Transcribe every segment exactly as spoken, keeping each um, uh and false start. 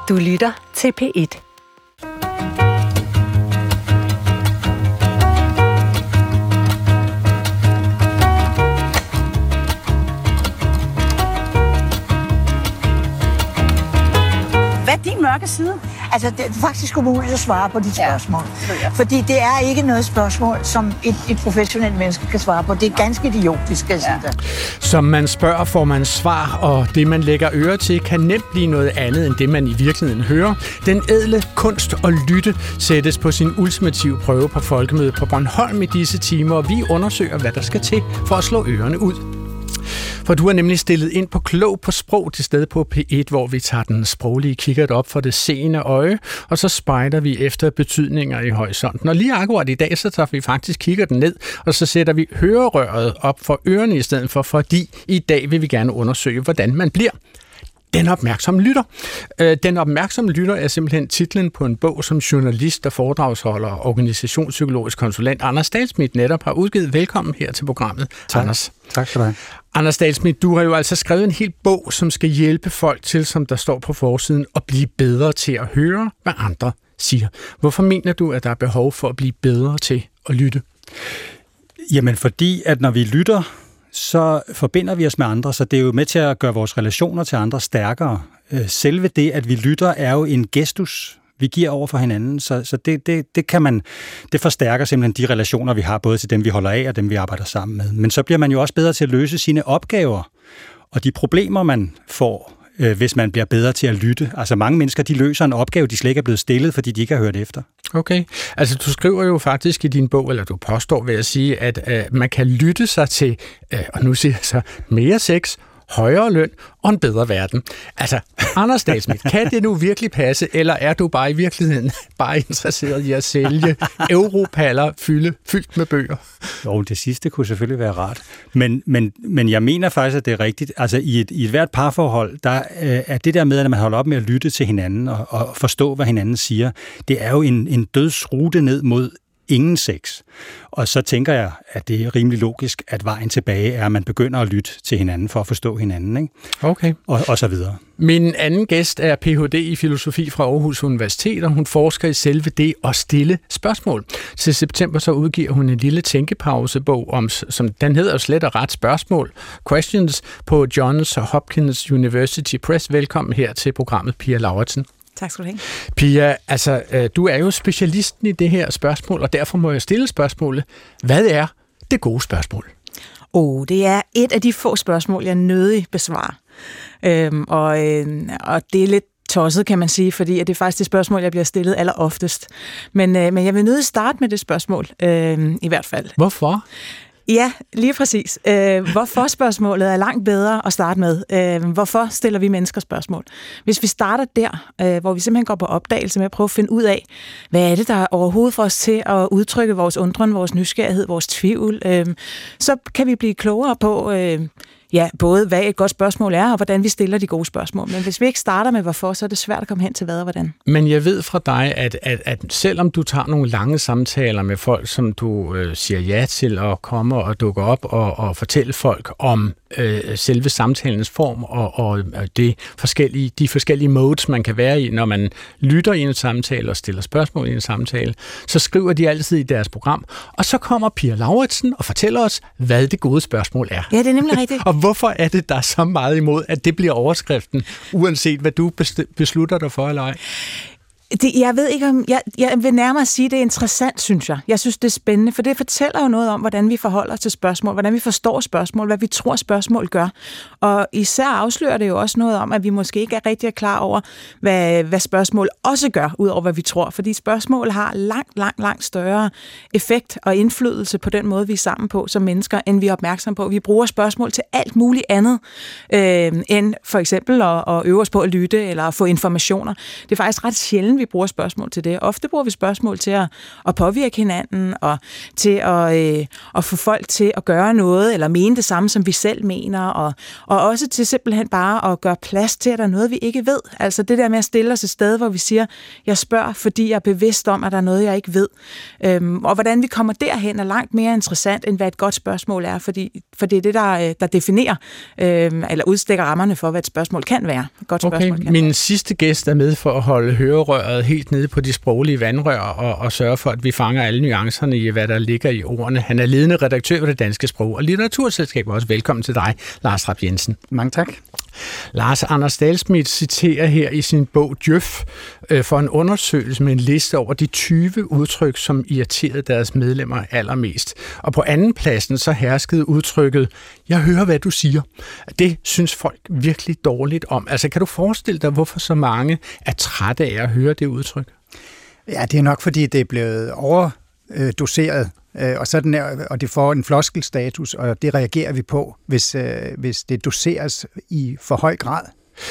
Du lytter til P et. Hvad er din mørke side? Altså, det er faktisk umuligt at svare på de spørgsmål. Ja. Fordi det er ikke noget spørgsmål, som et, et professionelt menneske kan svare på. Det er ganske idiotisk, skal jeg sige. Som man spørger, får man svar, og det, man lægger øre til, kan nemt blive noget andet, end det, man i virkeligheden hører. Den ædle kunst at lytte sættes på sin ultimative prøve på Folkemødet på Bornholm i disse timer, og vi undersøger, hvad der skal til for at slå ørerne ud. For du er nemlig stillet ind på Klog på Sprog til sted på P et, hvor vi tager den sproglige kikkert op for det seende øje, og så spejder vi efter betydninger i horisonten. Og lige akkurat i dag, så tager vi faktisk kikkerten ned, og så sætter vi hørerøret op for ørerne i stedet for, fordi i dag vil vi gerne undersøge, hvordan man bliver den opmærksomme lytter. Den opmærksomme lytter er simpelthen titlen på en bog, som journalist og foredragsholder og organisationspsykologisk konsulent Anders Dahlsmidt netop har udgivet. Velkommen her til programmet, tak. Anders. Tak skal du have. Anders Dahlsmidt, du har jo altså skrevet en hel bog, som skal hjælpe folk til, som der står på forsiden, at blive bedre til at høre, hvad andre siger. Hvorfor mener du, at der er behov for at blive bedre til at lytte? Jamen fordi, at når vi lytter, så forbinder vi os med andre, så det er jo med til at gøre vores relationer til andre stærkere. Selve det, at vi lytter, er jo en gestus, vi giver over for hinanden, så, så det, det, det kan man, det forstærker simpelthen de relationer, vi har, både til dem, vi holder af, og dem, vi arbejder sammen med. Men så bliver man jo også bedre til at løse sine opgaver, og de problemer, man får, øh, hvis man bliver bedre til at lytte. Altså mange mennesker, de løser en opgave, de slet ikke er blevet stillet, fordi de ikke har hørt efter. Okay, altså du skriver jo faktisk i din bog, eller du påstår ved at sige, at øh, man kan lytte sig til, øh, og nu siger jeg så, mere sex, højere løn og en bedre verden. Altså, Anders Dahlsmidt, kan det nu virkelig passe, eller er du bare i virkeligheden bare interesseret i at sælge europaller fylde, fyldt med bøger? Jo, det sidste kunne selvfølgelig være rart. Men, men, men jeg mener faktisk, at det er rigtigt. Altså, i et, i et hvert parforhold, der øh, er det der med, at man holder op med at lytte til hinanden og, og forstå, hvad hinanden siger, det er jo en, en dødsrute ned mod ingen sex. Og så tænker jeg, at det er rimelig logisk, at vejen tilbage er, at man begynder at lytte til hinanden for at forstå hinanden, ikke? Okay. Og, og så videre. Min anden gæst er P H D i filosofi fra Aarhus Universitet, og hun forsker i selve det at stille spørgsmål. Til september så udgiver hun en lille tænkepausebog, om, som den hedder jo slet og ret spørgsmål. Questions på Johns Hopkins University Press. Velkommen her til programmet, Pia Lauritsen. Tak skal du have. Pia, altså, du er jo specialisten i det her spørgsmål, og derfor må jeg stille spørgsmålet. Hvad er det gode spørgsmål? Oh, det er et af de få spørgsmål, jeg nødig besvarer. Øhm, og, øh, og det er lidt tosset, kan man sige, fordi det er faktisk det spørgsmål, jeg bliver stillet alleroftest. Men, øh, men jeg vil nødig starte med det spørgsmål, øh, i hvert fald. Hvorfor? Ja, lige præcis. Øh, hvorfor spørgsmålet er langt bedre at starte med. Øh, hvorfor stiller vi mennesker spørgsmål? Hvis vi starter der, øh, hvor vi simpelthen går på opdagelse med at prøve at finde ud af, hvad er det, der overhovedet får os til at udtrykke vores undren, vores nysgerrighed, vores tvivl, øh, så kan vi blive klogere på, øh, ja, både hvad et godt spørgsmål er, og hvordan vi stiller de gode spørgsmål. Men hvis vi ikke starter med hvorfor, så er det svært at komme hen til hvad og hvordan. Men jeg ved fra dig, at, at, at selvom du tager nogle lange samtaler med folk, som du øh, siger ja til at komme og dukke op og, og fortælle folk om øh, selve samtalens form og, og det forskellige, de forskellige modes, man kan være i, når man lytter i en samtale og stiller spørgsmål i en samtale, så skriver de altid i deres program. Og så kommer Pia Lauritsen og fortæller os, hvad det gode spørgsmål er. Ja, det er nemlig rigtigt. Og hvorfor er det, der er så meget imod, at det bliver overskriften, uanset hvad du beslutter dig for eller ej? Det, jeg ved ikke om, jeg, jeg vil nærmere sige, at det er interessant, synes jeg. Jeg synes, det er spændende, for det fortæller jo noget om, hvordan vi forholder os til spørgsmål, hvordan vi forstår spørgsmål, hvad vi tror, spørgsmål gør. Og især afslører det jo også noget om, at vi måske ikke er rigtig klar over, hvad, hvad spørgsmål også gør, ud over hvad vi tror. Fordi spørgsmål har langt, langt, langt større effekt og indflydelse på den måde, vi er sammen på som mennesker, end vi er opmærksomme på. Vi bruger spørgsmål til alt muligt andet, øh, end for eksempel at, at øve os på at lytte eller at få informationer. Det er faktisk ret sjældent, sjældent, vi bruger spørgsmål til det. Ofte bruger vi spørgsmål til at, at påvirke hinanden, og til at, øh, at få folk til at gøre noget, eller mene det samme, som vi selv mener, og, og også til simpelthen bare at gøre plads til, at der er noget, vi ikke ved. Altså det der med at stille os et sted, hvor vi siger, jeg spørger, fordi jeg er bevidst om, at der er noget, jeg ikke ved. Øhm, og hvordan vi kommer derhen er langt mere interessant, end hvad et godt spørgsmål er, fordi, for det er det, der, der definerer, øhm, eller udstikker rammerne for, hvad et spørgsmål kan være. Et godt okay, spørgsmål kan min være. sidste gæst er med for at holde hørerøret helt nede på de sproglige vandrør og, og sørge for, at vi fanger alle nuancerne i, hvad der ligger i ordene. Han er ledende redaktør ved Det Danske Sprog- og Litteraturselskab. Også velkommen til dig, Lars Rapp Jensen. Mange tak. Lars Anders Dahlsmidt citerer her i sin bog Djøf øh, for en undersøgelse med en liste over de tyve udtryk, som irriterede deres medlemmer allermest. Og på anden pladsen så herskede udtrykket, jeg hører, hvad du siger. Det synes folk virkelig dårligt om. Altså kan du forestille dig, hvorfor så mange er trætte af at høre det udtryk? Ja, det er nok, fordi det er blevet overdoseret, og, sådan er, og det får en floskelstatus, og det reagerer vi på, hvis, hvis det doseres i for høj grad.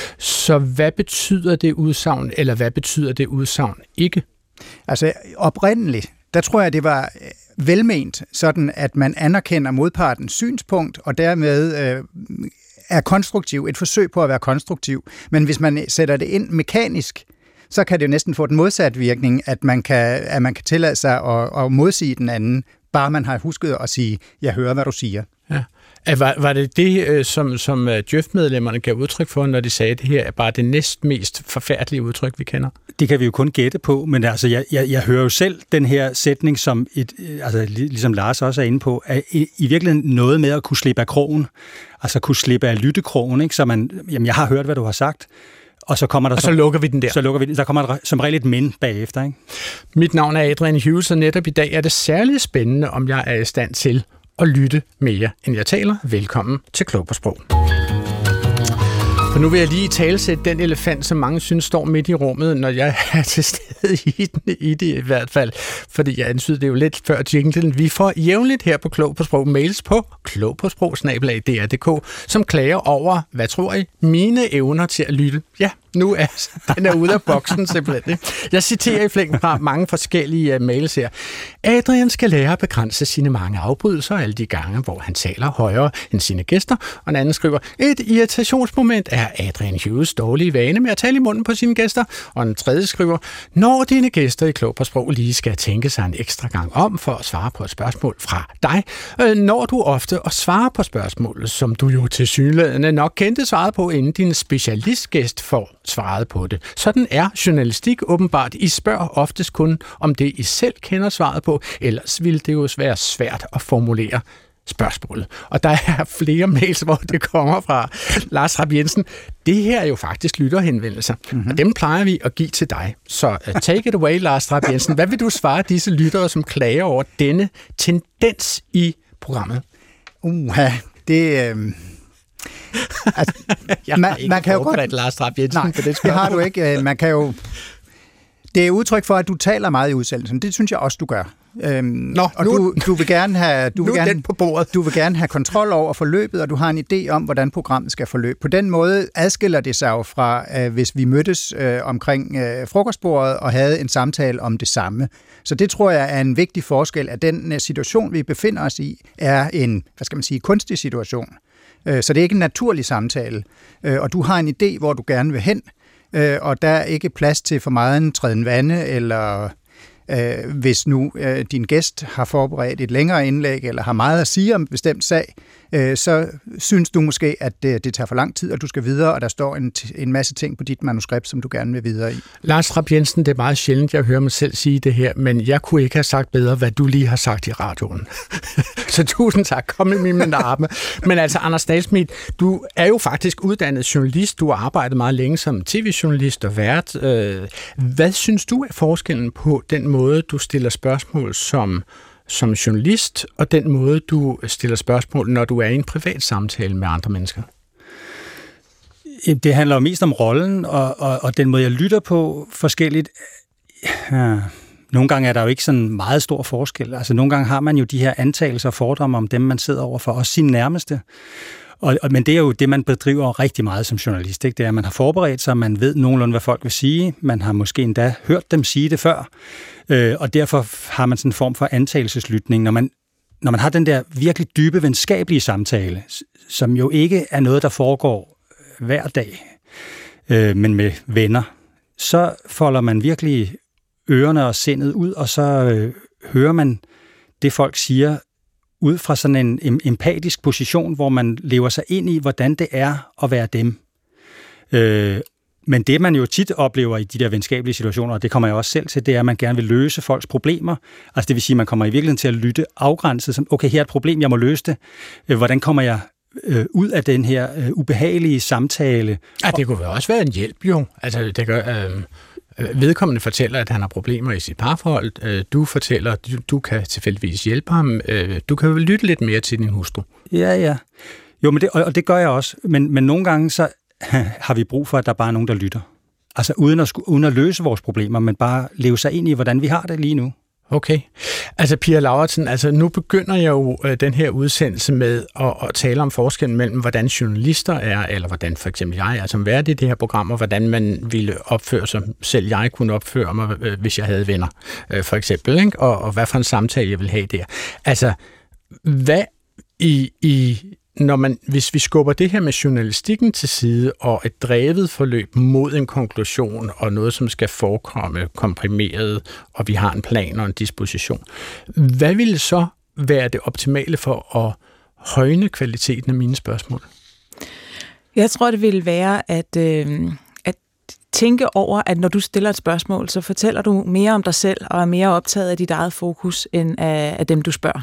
Så hvad betyder det udsagn, eller hvad betyder det udsagn ikke? Altså oprindeligt, der tror jeg, det var velment, sådan at man anerkender modpartens synspunkt, og dermed øh, er konstruktiv, et forsøg på at være konstruktiv. Men hvis man sætter det ind mekanisk, så kan det jo næsten få den modsatte virkning, at man kan, at man kan tillade sig at, at modsige den anden, bare man har husket at sige, jeg hører, hvad du siger. Ja. Var, var det det, som, som Djøf-medlemmerne gav udtryk for, når de sagde, at det her er bare det næstmest forfærdelige udtryk, vi kender? Det kan vi jo kun gætte på, men altså, jeg, jeg, jeg hører jo selv den her sætning, som et, altså, ligesom Lars også er inde på, er i, i virkeligheden noget med at kunne slippe af krogen, altså kunne slippe af lyttekrogen, ikke? Så man, jamen, jeg har hørt, hvad du har sagt, og så kommer der og så, så lukker vi den der. Så lukker vi den. Der kommer der som regel et men bagefter, ikke? Mit navn er Adrian Hughes, og netop i dag er det særligt spændende, om jeg er i stand til at lytte mere, end jeg taler. Velkommen til Klog på Sprog. For nu vil jeg lige talesætte den elefant, som mange synes står midt i rummet, når jeg er til stede i, den, i det i hvert fald. Fordi jeg ansyder det jo lidt før jinglen. Vi får jævnligt her på Klog på Sprog mails på klogpåsprog snabel-a d r punktum d k, som klager over, hvad tror I, mine evner til at lytte. Ja, nu er den er ude af boksen simpelthen. Jeg citerer i flæng fra mange forskellige mails her. Adrian skal lære at begrænse sine mange afbrydelser alle de gange, hvor han taler højere end sine gæster. Og en anden skriver, et irritationsmoment er Adrian Hughes dårlige vane med at tale i munden på sine gæster. Og en tredje skriver, når dine gæster i Klog på Sprog lige skal tænke sig en ekstra gang om for at svare på et spørgsmål fra dig, når du ofte at svare på spørgsmål, som du jo tilsyneladende nok kendte svaret på, inden din specialistgæst får svaret på det. Sådan er journalistik åbenbart. I spørger oftest kun om det, I selv kender svaret på, ellers ville det jo være svært at formulere spørgsmålet. Og der er flere mails, hvor det kommer fra Lars Rapp Jensen. Det her er jo faktisk lytterhenvendelser, mm-hmm. og dem plejer vi at give til dig. Så uh, take it away, Lars Rapp Jensen. Hvad vil du svare disse lyttere, som klager over denne tendens i programmet? Uha, det... Øh... Altså, jeg man, man kan jo godt Lars Rapp Jensen nej, på det det har du ikke. Man kan jo. Det er udtryk for, at du taler meget i udsendelsen. Det synes jeg også du gør. Øhm, Nå, og nu, du, du vil gerne have du vil gerne, den på bordet. Du vil gerne have kontrol over forløbet, og du har en idé om, hvordan programmet skal forløbe. På den måde adskiller det sig jo fra, øh, hvis vi mødtes øh, omkring øh, frokostbordet og havde en samtale om det samme. Så det tror jeg er en vigtig forskel, at den situation, vi befinder os i, er en, hvad skal man sige, kunstig situation. Så det er ikke en naturlig samtale, og du har en idé, hvor du gerne vil hen, og der er ikke plads til for meget en træden vande, eller øh, hvis nu øh, din gæst har forberedt et længere indlæg, eller har meget at sige om en bestemt sag, øh, så synes du måske, at det, det tager for lang tid, og du skal videre, og der står en, en masse ting på dit manuskript, som du gerne vil videre i. Lars Rapp Jensen, det er meget sjældent, jeg hører mig selv sige det her, men jeg kunne ikke have sagt bedre, hvad du lige har sagt i radioen. Så tusind tak, kom med min arme. Men altså, Anders Dahlsmidt, du er jo faktisk uddannet journalist, du har arbejdet meget længe som tv-journalist og vært. Hvad synes du er forskellen på den måde, du stiller spørgsmål som som journalist, og den måde, du stiller spørgsmål, når du er i en privat samtale med andre mennesker? Det handler jo mest om rollen, og, og, og den måde, jeg lytter på forskelligt. Ja. Nogle gange er der jo ikke sådan meget stor forskel. Altså, nogle gange har man jo de her antagelser og fordomme om dem, man sidder overfor, også sine nærmeste. Og, og, men det er jo det, man bedriver rigtig meget som journalist. Ikke? Det er, at man har forberedt sig, man ved nogenlunde, hvad folk vil sige, man har måske endda hørt dem sige det før, øh, og derfor har man sådan en form for antagelseslytning. Når man, når man har den der virkelig dybe, venskabelige samtale, som jo ikke er noget, der foregår hver dag, øh, men med venner, så folder man virkelig ørerne og sindet ud, og så øh, hører man det, folk siger, ud fra sådan en empatisk position, hvor man lever sig ind i, hvordan det er at være dem. Øh, men det, man jo tit oplever i de der venskabelige situationer, og det kommer jeg også selv til, det er, at man gerne vil løse folks problemer. Altså det vil sige, at man kommer i virkeligheden til at lytte afgrænset, som, okay, her er et problem, jeg må løse det. Øh, hvordan kommer jeg øh, ud af den her øh, ubehagelige samtale? Ja, det kunne også være en hjælp, jo. Altså, det gør... Øh... Vedkommende fortæller, at han har problemer i sit parforhold. Du fortæller, at du, du kan tilfældigvis hjælpe ham. Du kan jo lytte lidt mere til din hustru. Ja, ja. Jo, men det, og det gør jeg også. Men, men nogle gange så har vi brug for, at der bare er nogen, der lytter. Altså uden at, uden at løse vores problemer, men bare leve sig ind i, hvordan vi har det lige nu. Okay. Altså, Pia Lauritzen, altså nu begynder jeg jo øh, den her udsendelse med at, at tale om forskellen mellem, hvordan journalister er, eller hvordan for eksempel jeg er som vært i det her program, og hvordan man ville opføre sig, selv jeg kunne opføre mig, øh, hvis jeg havde venner, øh, for eksempel, ikke? Og, og hvad for en samtale jeg ville have der. Altså, hvad i... i Når man, hvis vi skubber det her med journalistikken til side, og et drevet forløb mod en konklusion, og noget, som skal forekomme komprimeret, og vi har en plan og en disposition, hvad ville så være det optimale for at højne kvaliteten af mine spørgsmål? Jeg tror, det ville være at, øh, at tænke over, at når du stiller et spørgsmål, så fortæller du mere om dig selv, og er mere optaget af dit eget fokus, end af, af dem, du spørger.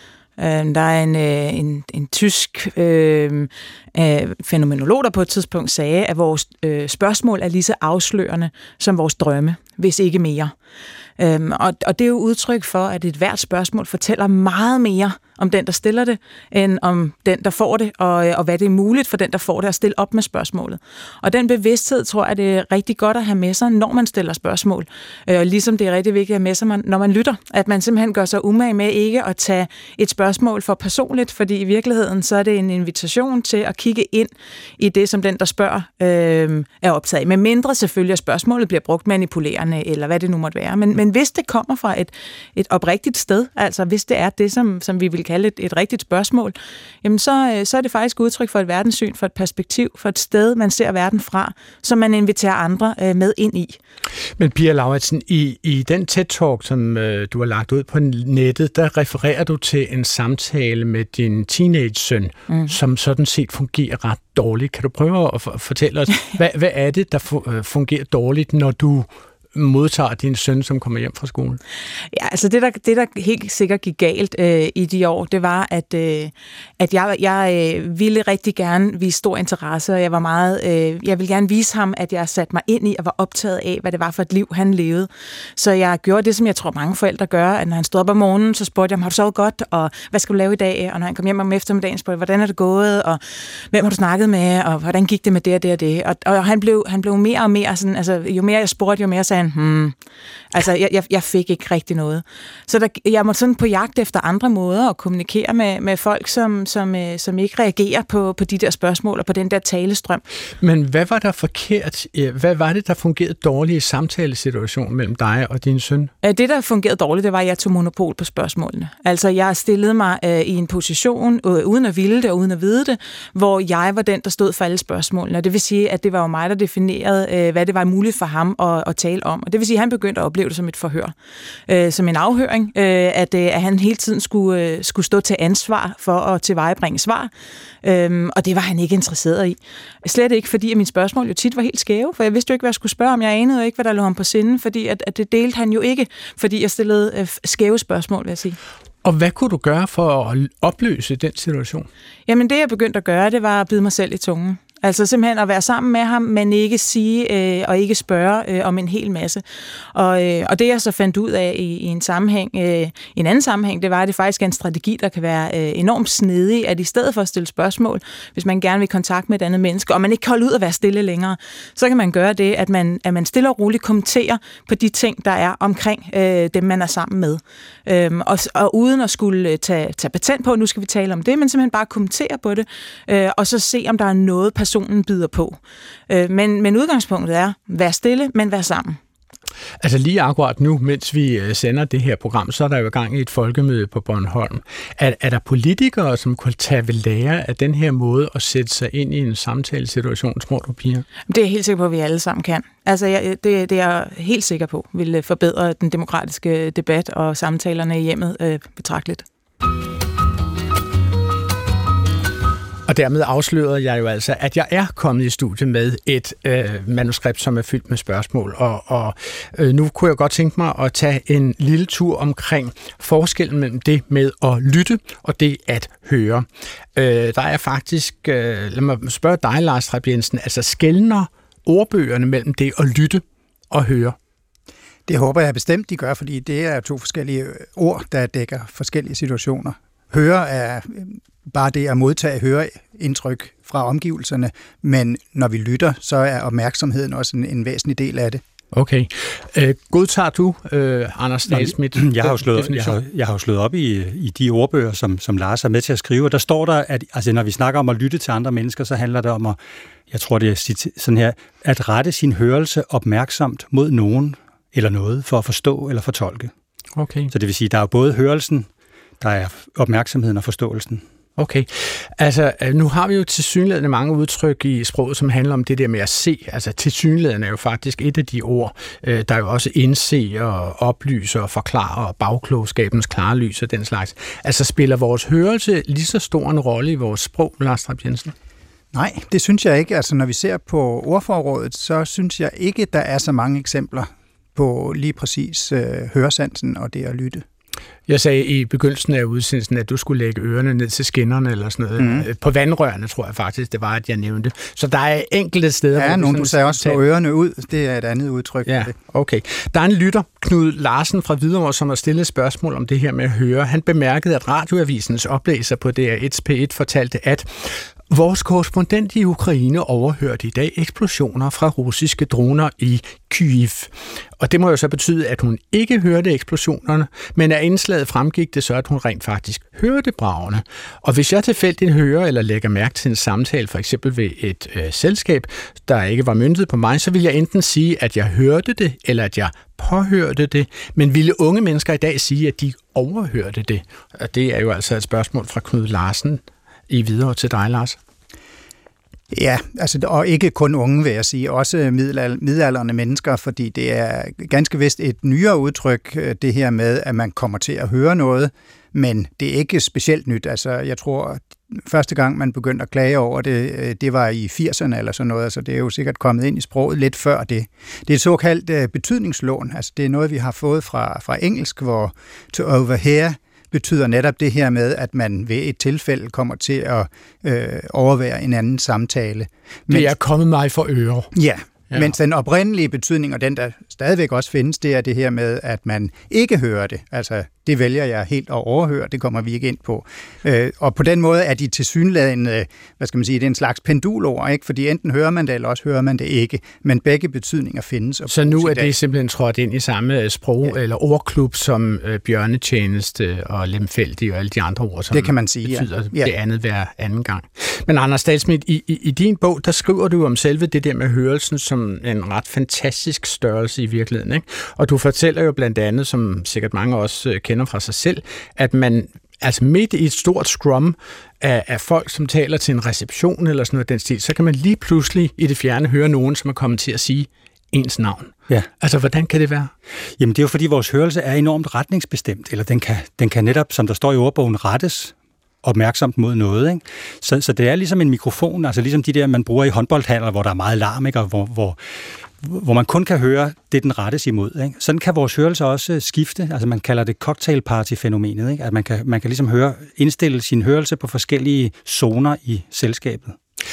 Der er en, en, en tysk øh, fænomenolog, der på et tidspunkt sagde, at vores øh, spørgsmål er lige så afslørende som vores drømme, hvis ikke mere. Øhm, og, og det er jo udtryk for, at et hvert spørgsmål fortæller meget mere om den, der stiller det, end om den, der får det, og, og hvad det er muligt for den, der får det, at stille op med spørgsmålet. Og den bevidsthed, tror jeg, det er rigtig godt at have med sig, når man stiller spørgsmål. Øh, ligesom det er rigtig vigtigt at have med sig, når man lytter. At man simpelthen gør sig umage med ikke at tage et spørgsmål for personligt, fordi i virkeligheden så er det en invitation til at kigge ind i det, som den, der spørger, øh, er optaget af. Med mindre selvfølgelig, at spørgsmålet bliver brugt manipulerende, eller hvad det nu måtte være. Men, men hvis det kommer fra et, et oprigtigt sted, altså hvis det er det, som, som vi vil kalde et, et rigtigt spørgsmål, jamen så, så er det faktisk udtryk for et verdenssyn, for et perspektiv, for et sted, man ser verden fra, som man inviterer andre øh, med ind i. Men Pia Lauritzen, i, i den TED-talk, som øh, du har lagt ud på nettet, der refererer du til en samtale med din teenage-søn, mm. som sådan set fungerer ret dårligt. Kan du prøve at f- fortælle os, hvad, hvad er det, der fu- fungerer dårligt, når du modtager din søn, som kommer hjem fra skolen? Ja, altså det, der, det, der helt sikkert gik galt øh, i de år, det var, at, øh, at jeg, jeg øh, ville rigtig gerne vise stor interesse, og jeg var meget, øh, jeg ville gerne vise ham, at jeg satte mig ind i og var optaget af, hvad det var for et liv, han levede. Så jeg gjorde det, som jeg tror, mange forældre gør, at når han stod op om morgenen, så spurgte jeg ham, har du sovet godt, og hvad skal du lave i dag? Og når han kom hjem om eftermiddagen, spurgte jeg, hvordan er det gået, og hvem har du snakket med, og hvordan gik det med det og det og det? Og, og han, blev, han blev mere og mere sådan, altså jo mere jeg spurgte, jo mere sagde han, hmm. Altså, jeg, jeg, jeg fik ikke rigtig noget. Så der, jeg måtte sådan på jagt efter andre måder at kommunikere med, med folk, som, som, som ikke reagerer på, på de der spørgsmål og på den der talestrøm. Men hvad var der forkert? Hvad var det, der fungerede dårligt i samtalesituationen mellem dig og din søn? Det, der fungerede dårligt, det var, at jeg tog monopol på spørgsmålene. Altså, jeg stillede mig øh, i en position, øh, uden at ville det og uden at vide det, hvor jeg var den, der stod for alle spørgsmålene. Og det vil sige, at det var jo mig, der definerede, øh, hvad det var muligt for ham at, at tale om. Og det vil sige, at han begyndte at opleve det som et forhør, øh, som en afhøring, øh, at, øh, at han hele tiden skulle, øh, skulle stå til ansvar for at tilvejebringe svar, øh, og det var han ikke interesseret i. Slet ikke, fordi at mine spørgsmål jo tit var helt skæve, for jeg vidste jo ikke, hvad jeg skulle spørge om. Jeg anede jo ikke, hvad der lå ham på sinde, fordi at, at det delte han jo ikke, fordi jeg stillede øh, skæve spørgsmål, vil jeg sige. Og hvad kunne du gøre for at opløse den situation? Jamen det, jeg begyndte at gøre, det var at bide mig selv i tungen. Altså simpelthen at være sammen med ham, men ikke sige øh, og ikke spørge øh, om en hel masse. Og, øh, og det jeg så fandt ud af i, i en sammenhæng, øh, i en anden sammenhæng, det var, at det faktisk er en strategi, der kan være øh, enormt snedig, at i stedet for at stille spørgsmål, hvis man gerne vil i kontakt med et andet menneske, og man ikke kan holde ud at være stille længere, så kan man gøre det, at man, at man stille og roligt kommenterer på de ting, der er omkring øh, dem, man er sammen med. Øhm, og, og uden at skulle tage, tage patent på, nu skal vi tale om det, men simpelthen bare kommentere på det, øh, og så se, om der er noget, personen byder på. Øh, men, men udgangspunktet er, vær stille, men vær sammen. Altså lige akkurat nu, mens vi sender det her program, så er der jo i gang i et folkemøde på Bornholm. Er, er der politikere, som kunne tage ved lære af den her måde at sætte sig ind i en samtalesituation, tror du, Pia? Det er jeg helt sikker på, at vi alle sammen kan. Altså jeg, det, det er jeg helt sikker på, vil forbedre den demokratiske debat og samtalerne i hjemmet øh, betragteligt. Og dermed afslørede jeg jo altså, at jeg er kommet i studiet med et øh, manuskript, som er fyldt med spørgsmål. Og, og øh, nu kunne jeg godt tænke mig at tage en lille tur omkring forskellen mellem det med at lytte og det at høre. Øh, der er faktisk, øh, lad mig spørge dig, Lars Treb Jensen, altså skelner ordbøgerne mellem det at lytte og høre? Det håber jeg bestemt, de gør, fordi det er to forskellige ord, der dækker forskellige situationer. Høre er bare det at modtage høreindtryk fra omgivelserne, men når vi lytter, så er opmærksomheden også en, en væsentlig del af det. Okay. Øh, godtager du, øh, Anders Stahlschmidt? Jeg har jo slået, jeg har, jeg har jo slået op i, i de ordbøger, som, som Lars er med til at skrive, og der står der, at altså, når vi snakker om at lytte til andre mennesker, så handler det om at, jeg tror det er sådan her, at rette sin hørelse opmærksomt mod nogen eller noget, for at forstå eller fortolke. Okay. Så det vil sige, der er både hørelsen, der er opmærksomheden og forståelsen. Okay. Altså, nu har vi jo tilsyneladende mange udtryk i sproget, som handler om det der med at se. Altså, tilsyneladende er jo faktisk et af de ord, der er jo også indse og oplyse og forklare og bagklogskabens klare lys og den slags. Altså, spiller vores hørelse lige så stor en rolle i vores sprog, Lars Treb Jensen? Nej, det synes jeg ikke. Altså, når vi ser på ordforrådet, så synes jeg ikke, der er så mange eksempler på lige præcis øh, høresansen og det at lytte. Jeg sagde i begyndelsen af udsendelsen, at du skulle lægge ørerne ned til skinnerne eller sådan noget. Mm. På vandrørene, tror jeg faktisk, det var, at jeg nævnte. Så der er enkelte steder... Der er nogen, du sagde også slå ørerne ud. Det er et andet udtryk. Ja, for det. Okay. Der er en lytter, Knud Larsen fra Hvidovre, som har stillet spørgsmål om det her med at høre. Han bemærkede, at radioavisens oplæser på D R et P et fortalte, at vores korrespondent i Ukraine overhørte i dag eksplosioner fra russiske droner i Kyiv. Og det må jo så betyde, at hun ikke hørte eksplosionerne, men af indslaget fremgik det så, at hun rent faktisk hørte bragene. Og hvis jeg tilfældigt hører eller lægger mærke til en samtale, for eksempel ved et øh, selskab, der ikke var myntet på mig, så vil jeg enten sige, at jeg hørte det, eller at jeg påhørte det. Men ville unge mennesker i dag sige, at de overhørte det? Og det er jo altså et spørgsmål fra Knud Larsen i videre til dig, Lars. Ja, altså, og ikke kun unge, vil jeg sige, også middelaldrende mennesker, fordi det er ganske vist et nyere udtryk, det her med, at man kommer til at høre noget, men det er ikke specielt nyt. Altså, jeg tror, første gang man begyndte at klage over det, det var i firserne eller sådan noget, altså det er jo sikkert kommet ind i sproget lidt før det. Det er et såkaldt betydningslån, altså det er noget, vi har fået fra, fra engelsk, hvor to overhear betyder netop det her med, at man ved et tilfælde kommer til at øh, overvære en anden samtale. Men, det er kommet mig for øre. Ja, ja, mens den oprindelige betydning, og den der stadigvæk også findes, det er det her med, at man ikke hører det. Altså, det vælger jeg helt at overhøre, det kommer vi ikke ind på. Øh, og på den måde er de tilsyneladende, hvad skal man sige, det er en slags pendulord, ikke? Fordi enten hører man det, eller også hører man det ikke. Men begge betydninger findes. Så nu er det simpelthen trådt ind i samme sprog, ja, eller ordklub som øh, bjørnetjeneste og lemfældig og alle de andre ord, som det kan man sige, betyder ja. det andet hver anden gang. Men Anders Stahlschmidt, i, i, i din bog, der skriver du om selve det der med hørelsen som en ret fantastisk størrelse i virkeligheden, ikke? Og du fortæller jo blandt andet, som sikkert mange også kender fra sig selv, at man altså midt i et stort scrum af, af folk, som taler til en reception eller sådan noget den stil, så kan man lige pludselig i det fjerne høre nogen, som er kommet til at sige ens navn. Ja. Altså, hvordan kan det være? Jamen, det er jo fordi, vores hørelse er enormt retningsbestemt, eller den kan, den kan netop, som der står i ordbogen, rettes opmærksomt mod noget, ikke? Så, så det er ligesom en mikrofon, altså ligesom de der, man bruger i håndboldhaller, hvor der er meget larm, ikke? Og hvor, hvor hvor man kun kan høre det, den rettes imod, ikke? Sådan kan vores hørelse også skifte. Altså man kalder det cocktail party-fænomenet, ikke? At man kan, man kan ligesom høre, indstille sin hørelse på forskellige zoner i selskabet.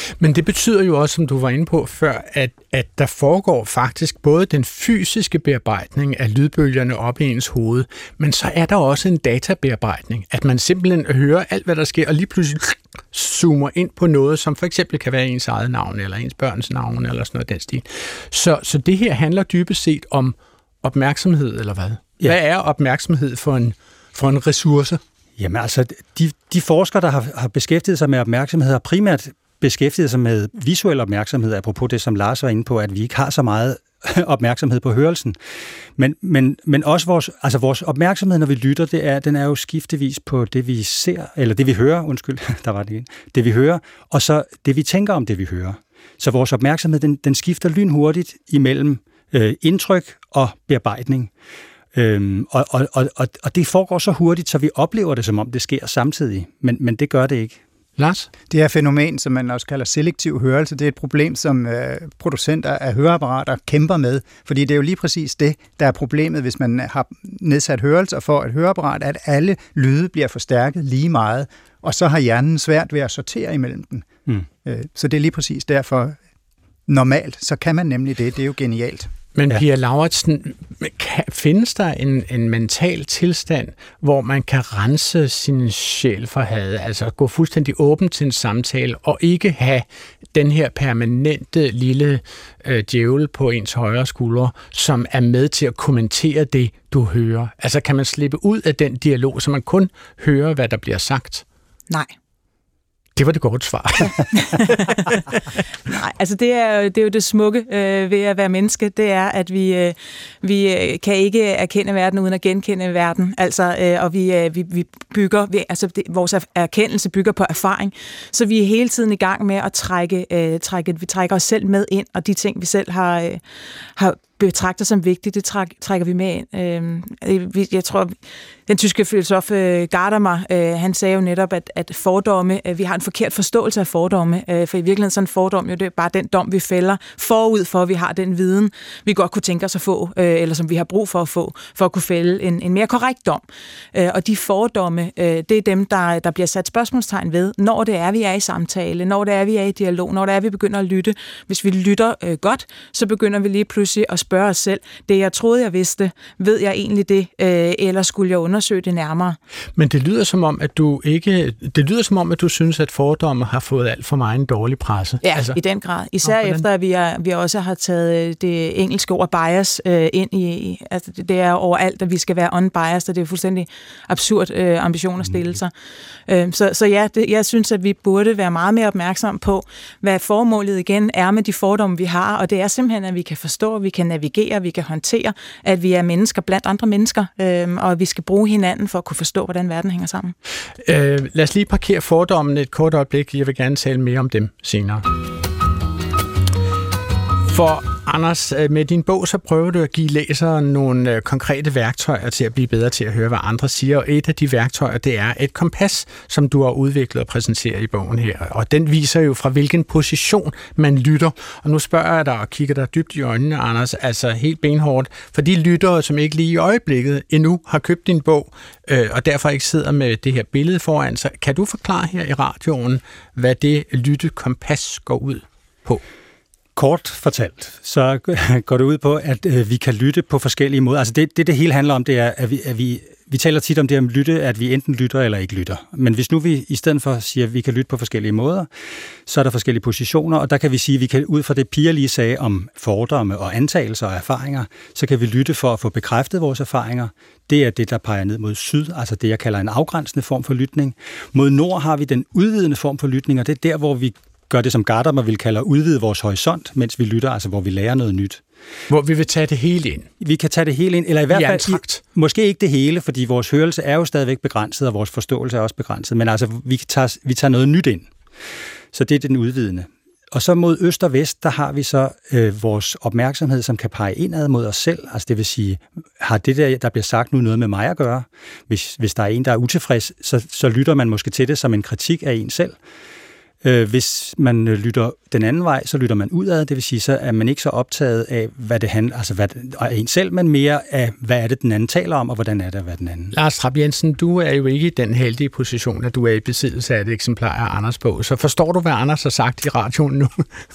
Men det betyder jo også, som du var inde på før, at, at der foregår faktisk både den fysiske bearbejdning af lydbølgerne op i ens hoved, men så er der også en databearbejdning, at man simpelthen hører alt, hvad der sker, og lige pludselig zoomer ind på noget, som for eksempel kan være ens eget navn, eller ens børns navn, eller sådan noget den stil. Så, så det her handler dybest set om opmærksomhed, eller hvad? Ja. Hvad er opmærksomhed for en, for en ressource? Jamen altså, de, de forskere, der har, har beskæftiget sig med opmærksomhed, har primært beskæftiget sig med visuel opmærksomhed, apropos det, som Lars var inde på, at vi ikke har så meget opmærksomhed på hørelsen. Men, men, men også vores, altså vores opmærksomhed, når vi lytter, det er, den er jo skiftevis på det, vi ser, eller det, vi hører, undskyld, der var det igen, det, vi hører, og så det, vi tænker om det, vi hører. Så vores opmærksomhed, den, den skifter lynhurtigt imellem øh, indtryk og bearbejdning. Øhm, og, og, og, og det foregår så hurtigt, så vi oplever det, som om det sker samtidig. Men, men det gør det ikke. Lars? Det her fænomen, som man også kalder selektiv hørelse, det er et problem, som øh, producenter af høreapparater kæmper med. Fordi det er jo lige præcis det, der er problemet, hvis man har nedsat hørelse og får et høreapparat, at alle lyde bliver forstærket lige meget. Og så har hjernen svært ved at sortere imellem dem. Mm. Øh, så det er lige præcis derfor, normalt, så kan man nemlig det. Det er jo genialt. Men Pia Lauritsen, findes der en, en mental tilstand, hvor man kan rense sin sjæl for had, altså gå fuldstændig åben til en samtale, og ikke have den her permanente lille øh, djævel på ens højre skulder, som er med til at kommentere det, du hører? Altså kan man slippe ud af den dialog, så man kun hører, hvad der bliver sagt? Nej. Det var det gode svar. Nej, altså det er, det er jo det smukke øh, ved at være menneske, det er, at vi, øh, vi kan ikke erkende verden uden at genkende verden. Altså, øh, og vi, øh, vi, vi bygger, vi, altså det, vores erkendelse bygger på erfaring, så vi er hele tiden i gang med at trække, øh, trække vi trækker os selv med ind, og de ting, vi selv har, øh, har betragter som vigtigt, det træk, trækker vi med ind. Øh, jeg tror, den tyske filosof øh, Gadamer, øh, han sagde jo netop, at, at fordomme, øh, vi har en forkert forståelse af fordomme, øh, for i virkeligheden sådan en fordom, jo, det er bare den dom, vi fælder forud for, at vi har den viden, vi godt kunne tænke os at få, øh, eller som vi har brug for at få, for at kunne fælde en, en mere korrekt dom. Øh, og de fordomme, øh, det er dem, der, der bliver sat spørgsmålstegn ved, når det er, vi er i samtale, når det er, vi er i dialog, når det er, vi begynder at lytte. Hvis vi lytter øh, godt, så begynder vi lige pludselig at spørge os selv, det jeg troede, jeg vidste, ved jeg egentlig det, øh, eller skulle jeg undersøge det nærmere? Men det lyder som om, at du ikke, det lyder som om, at du synes, at fordomme har fået alt for meget en dårlig presse. Ja, altså, i den grad. Især efter, at vi, er, vi også har taget det engelske ord bias øh, ind i, altså det er overalt, at vi skal være unbiased, og det er fuldstændig absurd øh, ambition at stille sig. Mm. Øh, så, så ja, det, jeg synes, at vi burde være meget mere opmærksom på, hvad formålet igen er med de fordomme, vi har, og det er simpelthen, at vi kan forstå, vi kan navigere, vi kan håndtere, at vi er mennesker blandt andre mennesker, øh, og vi skal bruge hinanden for at kunne forstå, hvordan verden hænger sammen. Øh, lad os lige parkere fordommene et kort øjeblik. Jeg vil gerne tale mere om dem senere. For Anders, med din bog, så prøver du at give læseren nogle konkrete værktøjer til at blive bedre til at høre, hvad andre siger, og et af de værktøjer, det er et kompas, som du har udviklet og præsenteret i bogen her, og den viser jo fra hvilken position man lytter. Og nu spørger jeg dig og kigger dig dybt i øjnene, Anders, altså helt benhårdt, for de lyttere, som ikke lige i øjeblikket endnu har købt din bog, øh, og derfor ikke sidder med det her billede foran sig, kan du forklare her i radioen, hvad det lyttekompas går ud på? Kort fortalt, så går det ud på, at øh, vi kan lytte på forskellige måder. Altså det, det, det hele handler om, det er, at vi, at vi, vi taler tit om det om lytte, at vi enten lytter eller ikke lytter. Men hvis nu vi i stedet for siger, at vi kan lytte på forskellige måder, så er der forskellige positioner, og der kan vi sige, at vi kan ud fra det, Pia lige sagde om fordomme og antagelser og erfaringer, så kan vi lytte for at få bekræftet vores erfaringer. Det er det, der peger ned mod syd, altså det, jeg kalder en afgrænsende form for lytning. Mod nord har vi den udvidende form for lytning, og det er der, hvor vi gør det, som Gadamer vil kalde at udvide vores horisont, mens vi lytter, altså hvor vi lærer noget nyt. Hvor vi vil tage det hele ind. Vi kan tage det hele ind, eller i hvert fald, i, måske ikke det hele, fordi vores hørelse er jo stadigvæk begrænset, og vores forståelse er også begrænset, men altså, vi tager, vi tager noget nyt ind. Så det er den udvidende. Og så mod øst og vest, der har vi så øh, vores opmærksomhed, som kan pege indad mod os selv. Altså det vil sige, har det der, der bliver sagt nu, noget med mig at gøre? Hvis, hvis der er en, der er utilfreds, så, så lytter man måske til det som en kritik af en selv. Øh, hvis man lytter den anden vej, så lytter man udad, det vil sige, så er man ikke så optaget af, hvad det handler, altså hvad det er en selv, men mere af, hvad er det, den anden taler om, og hvordan er det, hvad den anden. Lars Trapp Jensen, du er jo ikke i den heldige position, at du er i besiddelse af et eksemplar af Anders bog. Så forstår du, hvad Anders har sagt i radioen nu?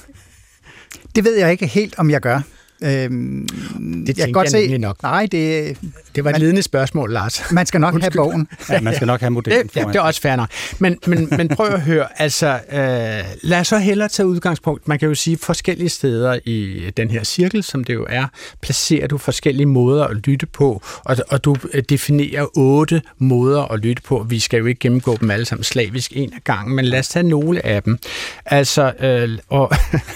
Det ved jeg ikke helt, om jeg gør. Øhm, det jeg, godt jeg se, nok. Nej, det, det var et man, ledende spørgsmål, Lars. Man skal nok have bogen. Ja, man skal nok have modellen. Det, ja, det er også fair nok. Men, men, men prøv at høre, altså, øh, lad os så hellere tage udgangspunkt. Man kan jo sige, forskellige steder i den her cirkel, som det jo er, placerer du forskellige måder at lytte på, og, og du definerer otte måder at lytte på. Vi skal jo ikke gennemgå dem alle sammen slavisk en af gangen, men lad os tage nogle af dem. Altså, øh, og,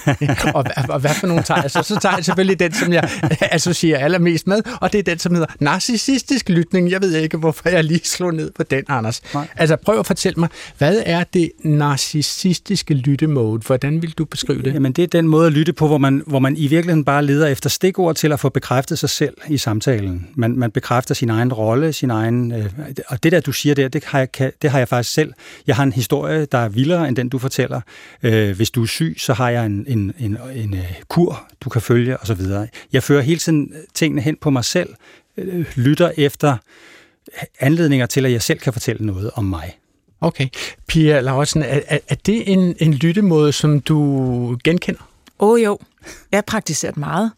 og, og hvad for nogle tager jeg så? Så tager jeg selvfølgelig den, som jeg associerer allermest med, og det er den, som hedder narcissistisk lytning. Jeg ved ikke, hvorfor jeg lige slog ned på den, Anders. Nej. Altså, prøv at fortælle mig, hvad er det narcissistiske lyttemode? Hvordan vil du beskrive det? Jamen, det er den måde at lytte på, hvor man, hvor man i virkeligheden bare leder efter stikord til at få bekræftet sig selv i samtalen. Man, man bekræfter sin egen rolle, sin egen... Øh, og det der, du siger der, det har, jeg, det har jeg faktisk selv. Jeg har en historie, der er vildere end den, du fortæller. Øh, hvis du er syg, så har jeg en, en, en, en kur, du kan følge, og så videre. Jeg fører hele tiden tingene hen på mig selv, øh, lytter efter anledninger til, at jeg selv kan fortælle noget om mig. Okay. Pia Lauritsen, er, er, er det en, en lyttemåde, som du genkender? Åh oh, jo, jeg har praktiseret meget.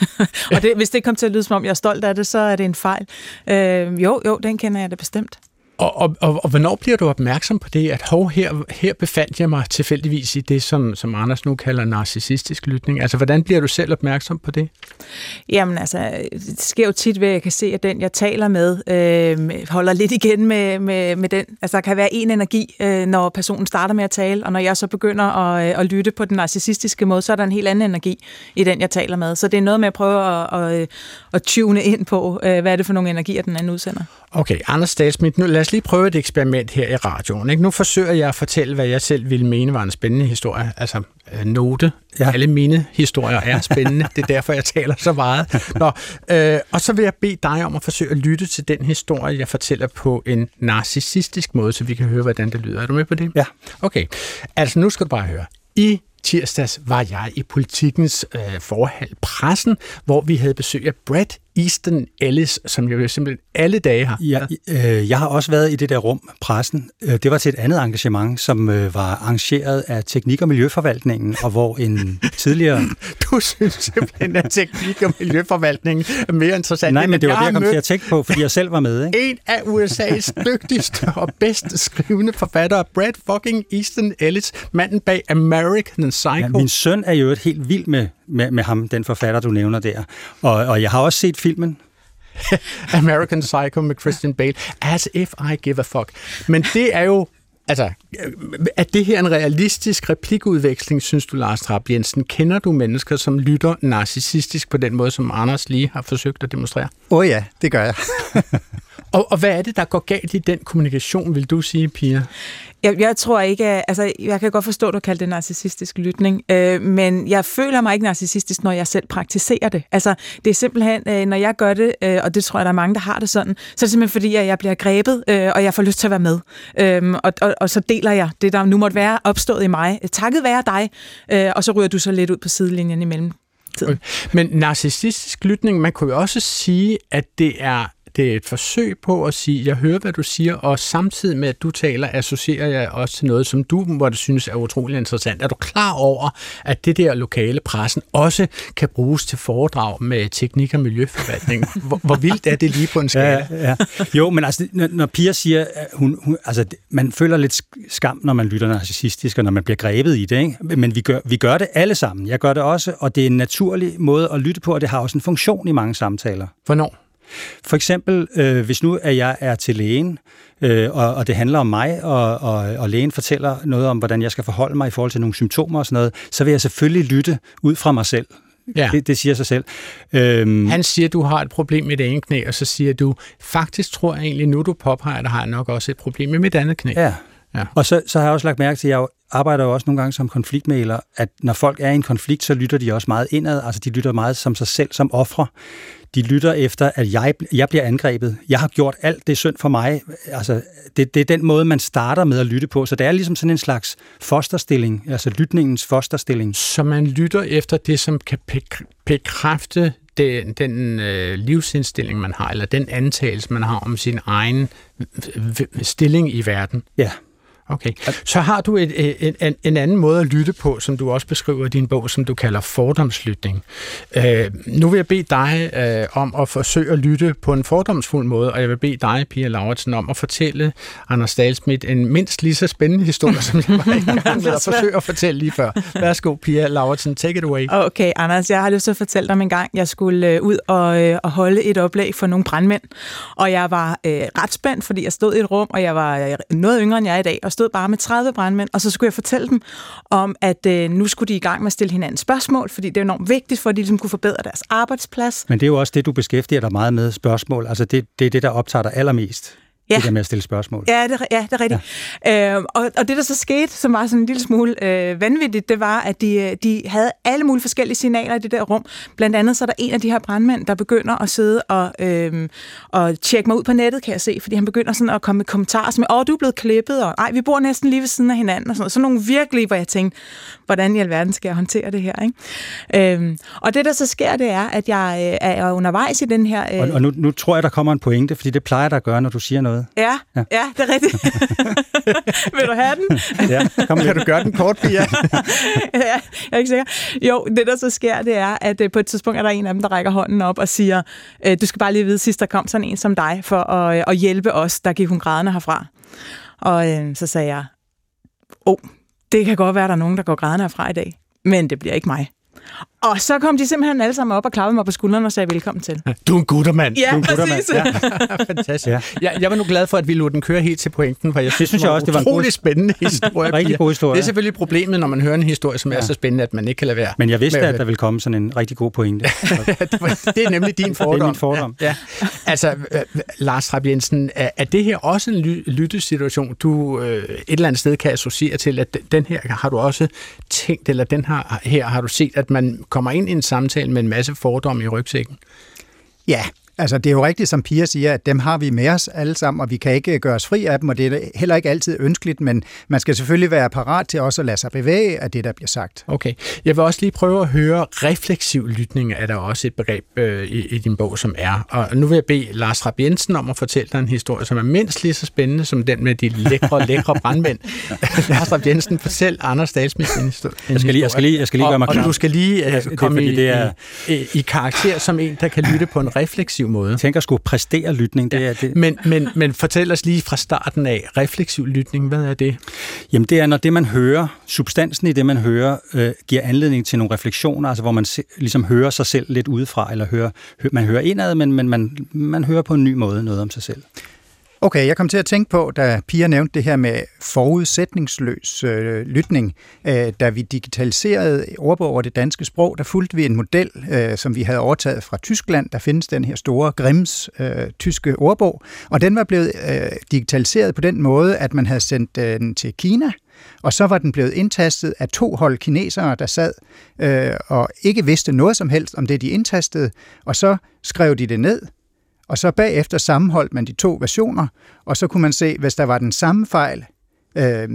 Og det, hvis det kommer til at lyde, som om jeg er stolt af det, så er det en fejl. Øh, jo, jo, den kender jeg da bestemt. Og, og, og, og hvornår bliver du opmærksom på det, at hov, her, her befandt jeg mig tilfældigvis i det, som, som Anders nu kalder narcissistisk lytning? Altså, hvordan bliver du selv opmærksom på det? Jamen, altså, det sker jo tit ved, at jeg kan se, at den, jeg taler med, øh, holder lidt igen med, med, med den. Altså, der kan være en energi, øh, når personen starter med at tale, og når jeg så begynder at, øh, at lytte på den narcissistiske måde, så er der en helt anden energi i den, jeg taler med. Så det er noget med at prøve at, at, at tune ind på, øh, hvad er det for nogle energier, den anden udsender. Okay, Anders Stahlschmidt, nu lad os lige prøve et eksperiment her i radioen. Ikke? Nu forsøger jeg at fortælle, hvad jeg selv ville mene var en spændende historie. Altså, øh, note. Ja. Alle mine historier er spændende. Det er derfor, jeg taler så meget. Nå, øh, og så vil jeg bede dig om at forsøge at lytte til den historie, jeg fortæller på en narcissistisk måde, så vi kan høre, hvordan det lyder. Er du med på det? Ja. Okay, altså nu skal du bare høre. I tirsdags var jeg i Politikens øh, forhal Pressen, hvor vi havde besøg af Brad Easton Ellis, som jeg jo simpelthen alle dage har. Ja, øh, jeg har også været i det der rum, Pressen. Det var til et andet engagement, som øh, var arrangeret af Teknik- og Miljøforvaltningen, og hvor en tidligere... Du synes simpelthen, at Teknik- og Miljøforvaltningen er mere interessant. Nej, men det var det, jeg kom til at tænke på, fordi jeg selv var med. Ikke? En af U S A's dygtigste og bedst skrivende forfattere, Brad fucking Easton Ellis, manden bag American Psycho. Ja, min søn er jo et helt vild med, med, med ham, den forfatter, du nævner der. Og, og jeg har også set filmen. American Psycho med Christian Bale. As if I give a fuck. Men det er jo, altså, er det her en realistisk replikudveksling, synes du, Lars Trapp Jensen? Kender du mennesker, som lytter narcissistisk på den måde, som Anders lige har forsøgt at demonstrere? Åh oh ja, det gør jeg. og, og hvad er det, der går galt i den kommunikation, vil du sige, Pia? Jeg, jeg tror ikke, altså jeg kan godt forstå, at du kalder det narcissistisk lytning, øh, men jeg føler mig ikke narcissistisk, når jeg selv praktiserer det. Altså det er simpelthen, øh, når jeg gør det, øh, og det tror jeg, der er mange, der har det sådan, så er det simpelthen fordi, at jeg bliver grebet, øh, og jeg får lyst til at være med. Øh, og, og, og så deler jeg det, der nu måtte være opstået i mig. Takket være dig, øh, og så ryger du så lidt ud på sidelinjen imellem. Okay. Men narcissistisk lytning, man kunne jo også sige, at det er Det er et forsøg på at sige, jeg hører, hvad du siger, og samtidig med, at du taler, associerer jeg også til noget, som du måtte synes er utrolig interessant. Er du klar over, at det der lokale pressen også kan bruges til foredrag med teknik- og miljøforvaltning? Hvor, hvor vildt er det lige på en skala? Ja, ja. Jo, men altså, når, når Pia siger, hun, hun, altså, man føler lidt skam, når man lytter narcissistisk, og når man bliver grebet i det, ikke? Men vi gør, vi gør det alle sammen. Jeg gør det også, og det er en naturlig måde at lytte på, og det har også en funktion i mange samtaler. Hvornår? For eksempel, øh, hvis nu at jeg er til lægen, øh, og, og det handler om mig, og, og, og lægen fortæller noget om, hvordan jeg skal forholde mig i forhold til nogle symptomer og sådan noget, så vil jeg selvfølgelig lytte ud fra mig selv. Ja. Det, det siger sig selv. Øhm, Han siger, at du har et problem med det ene knæ, og så siger du, faktisk tror jeg egentlig, nu du påpeger, der har jeg nok også et problem med mit andet knæ. Ja. Ja. Og så, så har jeg også lagt mærke til, at jeg jo arbejder jo også nogle gange som konfliktmægler, at når folk er i en konflikt, så lytter de også meget indad, altså de lytter meget som sig selv, som ofre. De lytter efter, at jeg, jeg bliver angrebet. Jeg har gjort alt det synd for mig. Altså, det, det er den måde, man starter med at lytte på. Så det er ligesom sådan en slags fosterstilling, altså lytningens fosterstilling. Så man lytter efter det, som kan bekræfte den, den øh, livsindstilling, man har, eller den antagelse, man har om sin egen stilling i verden. Ja. Okay. Så har du et, et, en, en anden måde at lytte på, som du også beskriver i din bog, som du kalder fordomslytning. Øh, nu vil jeg bede dig øh, om at forsøge at lytte på en fordomsfuld måde, og jeg vil bede dig, Pia Lauritsen, om at fortælle Anders Dahlsmidt en mindst lige så spændende historie, som jeg var i gang med at forsøge at fortælle lige før. Værsgo, Pia Lauritsen, take it away. Okay, Anders, jeg har lyst til at fortælle dig om en gang, jeg skulle ud og, øh, og holde et oplæg for nogle brandmænd, og jeg var øh, ret spændt, fordi jeg stod i et rum, og jeg var noget yngre end jeg er i dag, og stod bare med tredive brandmænd, og så skulle jeg fortælle dem om, at øh, nu skulle de i gang med at stille hinanden spørgsmål, fordi det er enormt vigtigt, for at de ligesom kunne forbedre deres arbejdsplads. Men det er jo også det, du beskæftiger dig meget med, spørgsmål. Altså det, det er det, der optager dig allermest. Ja. Det der med at stille spørgsmål. Ja, det, ja, det er rigtigt. Ja. Øh, og, og det, der så skete, som var sådan en lille smule øh, vanvittigt, det var, at de, de havde alle mulige forskellige signaler i det der rum. Blandt andet så er der en af de her brandmænd, der begynder at sidde og, øh, og tjekke mig ud på nettet, kan jeg se, fordi han begynder sådan at komme med kommentarer som, åh, du er blevet klippet, og ej, vi bor næsten lige ved siden af hinanden, og sådan noget. Så nogle virkelig, hvor jeg tænkte, hvordan i alverden skal jeg håndtere det her, ikke? Øh, og det, der så sker, det er, at jeg øh, er undervejs i den her... Øh... Og, og nu, nu tror jeg, der kommer en pointe, fordi det plejer der at gøre, når du siger noget. Ja, ja, ja, det er rigtigt. Vil du have den? Ja, kom, kan du gøre den kort, Pia? Ja, jeg er ikke sikker. Jo, det der så sker, det er, at på et tidspunkt er der en af dem, der rækker hånden op og siger, du skal bare lige vide, sidst der kom sådan en som dig for at, at hjælpe os, der gik hun grædende herfra. Og øh, så sagde jeg, åh, oh, det kan godt være, at der er nogen, der går grædende herfra i dag, men det bliver ikke mig. Og så kom de simpelthen alle sammen op og klappede mig på skulderen og sagde velkommen til. Du er en guttermand. Ja, du er en præcis. Ja. Fantastisk. Ja. Jeg, jeg var nu glad for, at vi lod den køre helt til pointen, for jeg synes, det, synes det var jeg også, det var en utrolig god, spændende historie. Rigtig god historie. Det er selvfølgelig problemet, når man hører en historie, som ja. er så spændende, at man ikke kan lade være. Men jeg vidste, at der ville komme sådan en rigtig god pointe. Det er nemlig din fordom. Det er min fordom. Ja. Ja. Altså, Lars Trapp Jensen, er, er det her også en ly- lyttesituation, du øh, et eller andet sted kan associere til, at den her har du også tænkt, eller den her, her har du set, at man kommer ind i en samtale med en masse fordomme i rygsækken? Ja, altså det er jo rigtigt, som Pia siger, at dem har vi med os alle sammen, og vi kan ikke gøre os fri af dem, og det er heller ikke altid ønskeligt, men man skal selvfølgelig være parat til også at lade sig bevæge af det, der bliver sagt. Okay. Jeg vil også lige prøve at høre, refleksiv lytning er der også et begreb øh, i, i din bog, som er. Og nu vil jeg bede Lars Trapp Jensen om at fortælle dig en historie, som er mindst lige så spændende som den med de lækre, lækre brandmænd. Lars Trapp Jensen, fortæl Anders Dahlsmidt en historie. Jeg skal lige, jeg skal lige, jeg skal lige gøre mig klar. Og du skal lige uh, komme det, i, det er... i, i karakter som en, der kan lytte på en refleksiv måde. Jeg tænker at skulle præstere lytning. Det ja. er det. Men, men, men fortæl os lige fra starten af, refleksiv lytning, hvad er det? Jamen det er, når det man hører, substansen i det man hører, øh, giver anledning til nogle refleksioner, altså hvor man se, ligesom hører sig selv lidt udefra, eller hører, hø, man hører indad, men, men man, man hører på en ny måde noget om sig selv. Okay, jeg kom til at tænke på, da Pia nævnte det her med forudsætningsløs øh, lytning. Øh, da vi digitaliserede ordbog over det danske sprog, der fulgte vi en model, øh, som vi havde overtaget fra Tyskland. Der findes den her store Grimms øh, tyske ordbog, og den var blevet øh, digitaliseret på den måde, at man havde sendt øh, den til Kina, og så var den blevet indtastet af to hold kinesere, der sad øh, og ikke vidste noget som helst om det, de indtastede, og så skrev de det ned. Og så bagefter sammenholdt man de to versioner, og så kunne man se, hvis der var den samme fejl, øh,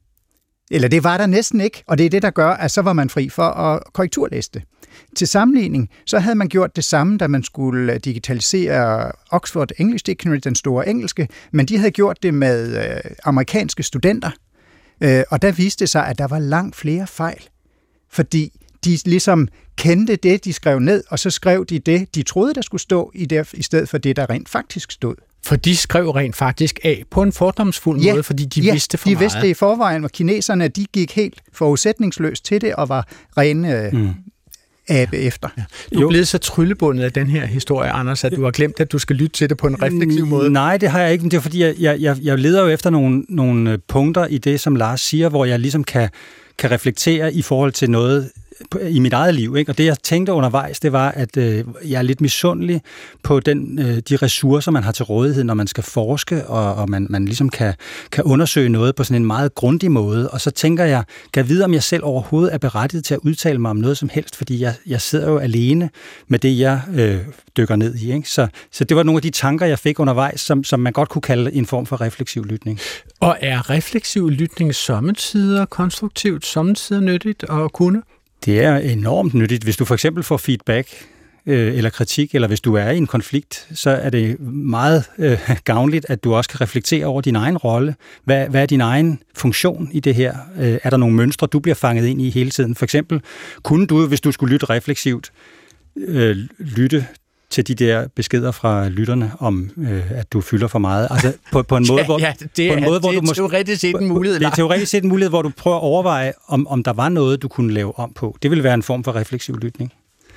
eller det var der næsten ikke, og det er det, der gør, at så var man fri for at korrekturlæse det. Til sammenligning, så havde man gjort det samme, da man skulle digitalisere Oxford English Dictionary, den store engelske, men de havde gjort det med øh, amerikanske studenter, øh, og der viste det sig, at der var langt flere fejl, fordi de ligesom kendte det, de skrev ned, og så skrev de det, de troede, der skulle stå, i, det, i stedet for det, der rent faktisk stod. For de skrev rent faktisk af på en fordomsfuld ja, måde, fordi de ja, vidste for de meget. vidste det i forvejen, og kineserne, de gik helt forudsætningsløst til det, og var rene mm. abe efter. Ja. Du er blevet så tryllebundet af den her historie, Anders, at du har glemt, at du skal lytte til det på en refleksiv måde. Nej, det har jeg ikke. Det er fordi, jeg, jeg, jeg leder jo efter nogle, nogle punkter i det, som Lars siger, hvor jeg ligesom kan kan reflektere i forhold til noget, i mit eget liv, ikke? Og det, jeg tænkte undervejs, det var, at øh, jeg er lidt misundelig på den, øh, de ressourcer, man har til rådighed, når man skal forske, og, og man, man ligesom kan, kan undersøge noget på sådan en meget grundig måde. Og så tænker jeg, kan jeg vide, om jeg selv overhovedet er berettiget til at udtale mig om noget som helst, fordi jeg, jeg sidder jo alene med det, jeg øh, dykker ned i. Ikke? Så, så det var nogle af de tanker, jeg fik undervejs, som, som man godt kunne kalde en form for refleksiv lytning. Og er refleksiv lytning sommetider konstruktivt, sommetider nyttigt at kunne? Det er enormt nyttigt. Hvis du for eksempel får feedback øh, eller kritik, eller hvis du er i en konflikt, så er det meget øh, gavnligt, at du også kan reflektere over din egen rolle. Hvad, hvad er din egen funktion i det her? Øh, er der nogle mønstre, du bliver fanget ind i hele tiden? For eksempel, kunne du, hvis du skulle lytte refleksivt, øh, lytte til de der beskeder fra lytterne om, øh, at du fylder for meget. Altså på, på en måde, ja, hvor, ja, det er, på en måde, det hvor er du måske, teoretisk set en mulighed. Det er teoretisk set en mulighed, hvor du prøver at overveje, om, om der var noget, du kunne lave om på. Det ville være en form for refleksiv lytning.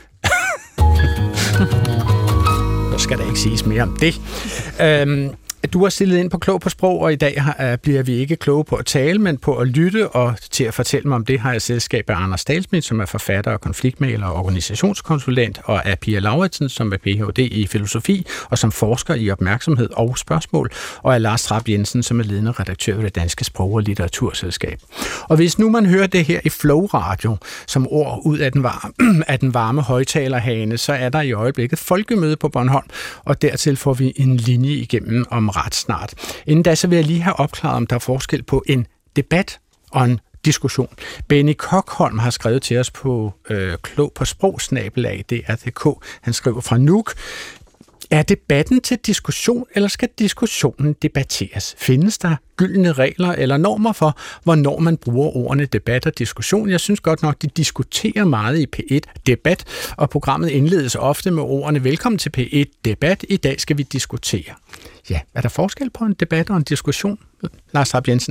Der skal der ikke siges mere om det. Øhm, Du har stillet ind på Klog på Sprog, og i dag har, bliver vi ikke kloge på at tale, men på at lytte, og til at fortælle mig om det har jeg selskab af Anders Stahlschmidt, som er forfatter og konfliktmægler og organisationskonsulent, og af Pia Lauritsen, som er P H D i filosofi, og som forsker i opmærksomhed og spørgsmål, og af Lars Trapp Jensen, som er ledende redaktør ved det Danske Sprog- og Litteraturselskab. Og hvis nu man hører det her i Flow Radio, som ord ud af den varme, af den varme højtalerhane, så er der i øjeblikket folkemøde på Bornholm, og dertil får vi en linje igennem om ret snart. Inden da, så vil jeg lige have opklaret, om der er forskel på en debat og en diskussion. Benny Kokholm har skrevet til os på øh, klog på sprogsnabelag, det er D K. Han skriver fra Nuuk. Er debatten til diskussion, eller skal diskussionen debatteres? Findes der gyldne regler eller normer for, hvornår man bruger ordene debat og diskussion? Jeg synes godt nok, de diskuterer meget i P et Debat, og programmet indledes ofte med ordene velkommen til P et Debat. I dag skal vi diskutere. Ja, er der forskel på en debat og en diskussion? Lars Trapp Jensen?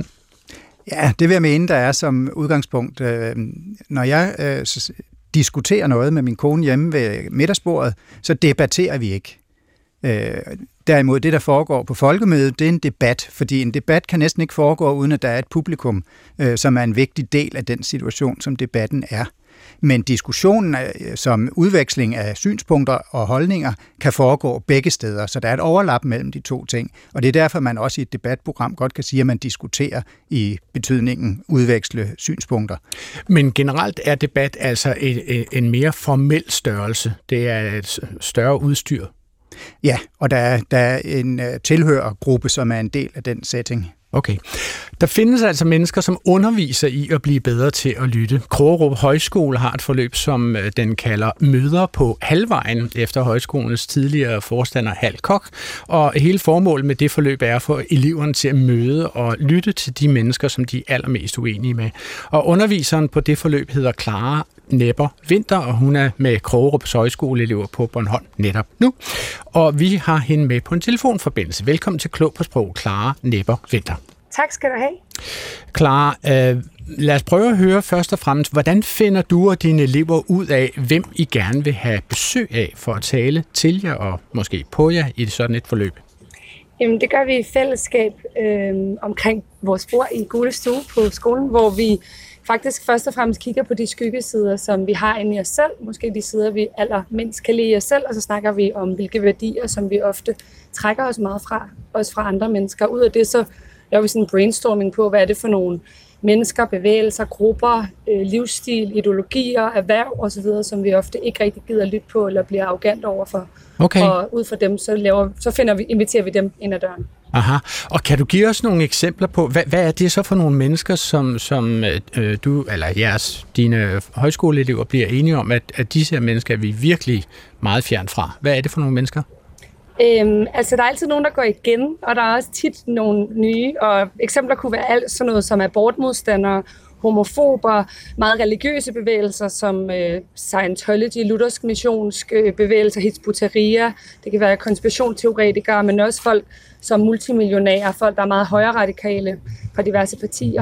Ja, det vil jeg mene, der er som udgangspunkt. Når jeg øh, diskuterer noget med min kone hjemme ved middagsbordet, så debatterer vi ikke. Øh, derimod det, der foregår på folkemødet, det er en debat, fordi en debat kan næsten ikke foregå, uden at der er et publikum, øh, som er en vigtig del af den situation, som debatten er. Men diskussionen som udveksling af synspunkter og holdninger kan foregå begge steder, så der er et overlap mellem de to ting. Og det er derfor, man også i et debatprogram godt kan sige, at man diskuterer i betydningen udveksle synspunkter. Men generelt er debat altså en, en mere formel størrelse. Det er et større udstyr. Ja, og der er, der er en tilhørergruppe, som er en del af den setting. Okay. Der findes altså mennesker, som underviser i at blive bedre til at lytte. Krogerup Højskole har et forløb, som den kalder Møder på halvvejen, efter højskolens tidligere forstander Hal Koch. Og hele formålet med det forløb er at få eleverne til at møde og lytte til de mennesker, som de er allermest uenige med. Og underviseren på det forløb hedder Clara Nepper Vinter, og hun er med Krogerups Højskoleelever på Bornholm netop nu. Og vi har hende med på en telefonforbindelse. Velkommen til Klog på Sprog, Clara Nepper Vinter. Tak skal du have. Clara, øh, lad os prøve at høre først og fremmest, hvordan finder du og dine elever ud af, hvem I gerne vil have besøg af for at tale til jer og måske på jer i sådan et forløb? Jamen, det gør vi i fællesskab øh, omkring vores bord i Gule Stue på skolen, hvor vi faktisk først og fremmest kigger på de skyggesider, som vi har inde i os selv. Måske de sider, vi allermindst kan lide i os selv, og så snakker vi om, hvilke værdier, som vi ofte trækker os meget fra, også fra andre mennesker. Ud af det, så laver vi sådan en brainstorming på, hvad er det for nogle mennesker, bevægelser, grupper, øh, livsstil, ideologier, erhverv osv., som vi ofte ikke rigtig gider lytte på eller bliver arrogant overfor. Okay. Og ud fra dem, så, laver, så finder vi, inviterer vi dem ind ad døren. Aha. Og kan du give os nogle eksempler på, hvad, hvad er det så for nogle mennesker, som, som øh, du, eller jeres, dine højskoleelever bliver enige om, at, at disse her mennesker er vi virkelig meget fjern fra? Hvad er det for nogle mennesker? Øhm, altså, der er altid nogen, der går igen, og der er også tit nogle nye, og eksempler kunne være alt sådan noget som abortmodstandere, homofober, meget religiøse bevægelser som øh, Scientology, luthersk missionsk øh, bevægelser, Hizb ut-Tahrir, det kan være konspirationsteoretikere, men også folk som multimillionærer, folk, der er meget højere radikale fra diverse partier.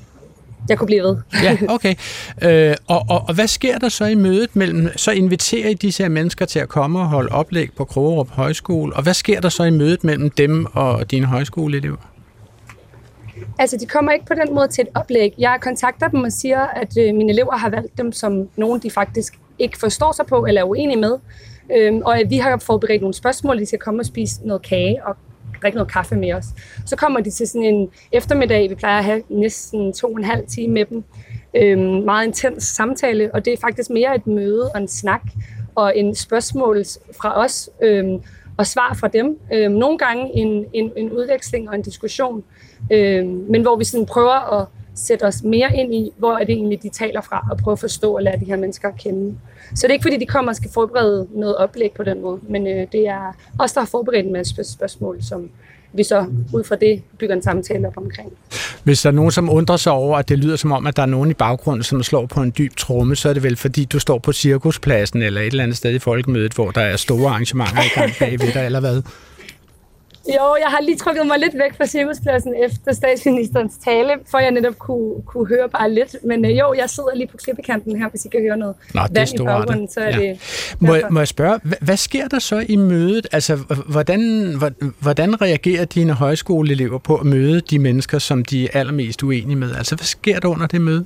Jeg kunne blive ved. Ja, okay. Øh, og, og, og hvad sker der så i mødet mellem, så inviterer I disse her mennesker til at komme og holde oplæg på Krogerup Højskole, og hvad sker der så i mødet mellem dem og dine højskoleelever? Altså, de kommer ikke på den måde til et oplæg. Jeg kontakter dem og siger, at øh, mine elever har valgt dem som nogen, de faktisk ikke forstår sig på eller er uenige med. Øhm, og at vi har forberedt nogle spørgsmål, de skal komme og spise noget kage og drikke noget kaffe med os. Så kommer de til sådan en eftermiddag, vi plejer at have næsten to og en halv time med dem. Øhm, meget intens samtale, og det er faktisk mere et møde og en snak og en spørgsmål fra os øhm, og svar fra dem. Øhm, nogle gange en, en, en udveksling og en diskussion, øhm, men hvor vi sådan prøver at sætte os mere ind i, hvor er det egentlig, de taler fra, og prøve at forstå og lære de her mennesker at kende. Så det er ikke, fordi de kommer og skal forberede noget oplæg på den måde, men øh, det er os, der har forberedt en masse spørgsmål, som vi så ud fra det bygger en samtale op omkring. Hvis der er nogen, som undrer sig over, at det lyder som om, at der er nogen i baggrunden, som slår på en dyb tromme, så er det vel, fordi du står på cirkuspladsen eller et eller andet sted i folkemødet, hvor der er store arrangementer i gang bagved dig, eller hvad? Jo, jeg har lige trykket mig lidt væk fra cirkuspladsen efter statsministerens tale, for jeg netop kunne, kunne høre bare lidt. Men øh, jo, jeg sidder lige på klippekanten her, hvis I kan høre noget Nå, vand i baggrunden, så er ja. det... Må, må jeg spørge, hvad, hvad sker der så i mødet? Altså, hvordan, hvordan reagerer dine højskoleelever på at møde de mennesker, som de er allermest uenige med? Altså, hvad sker der under det møde?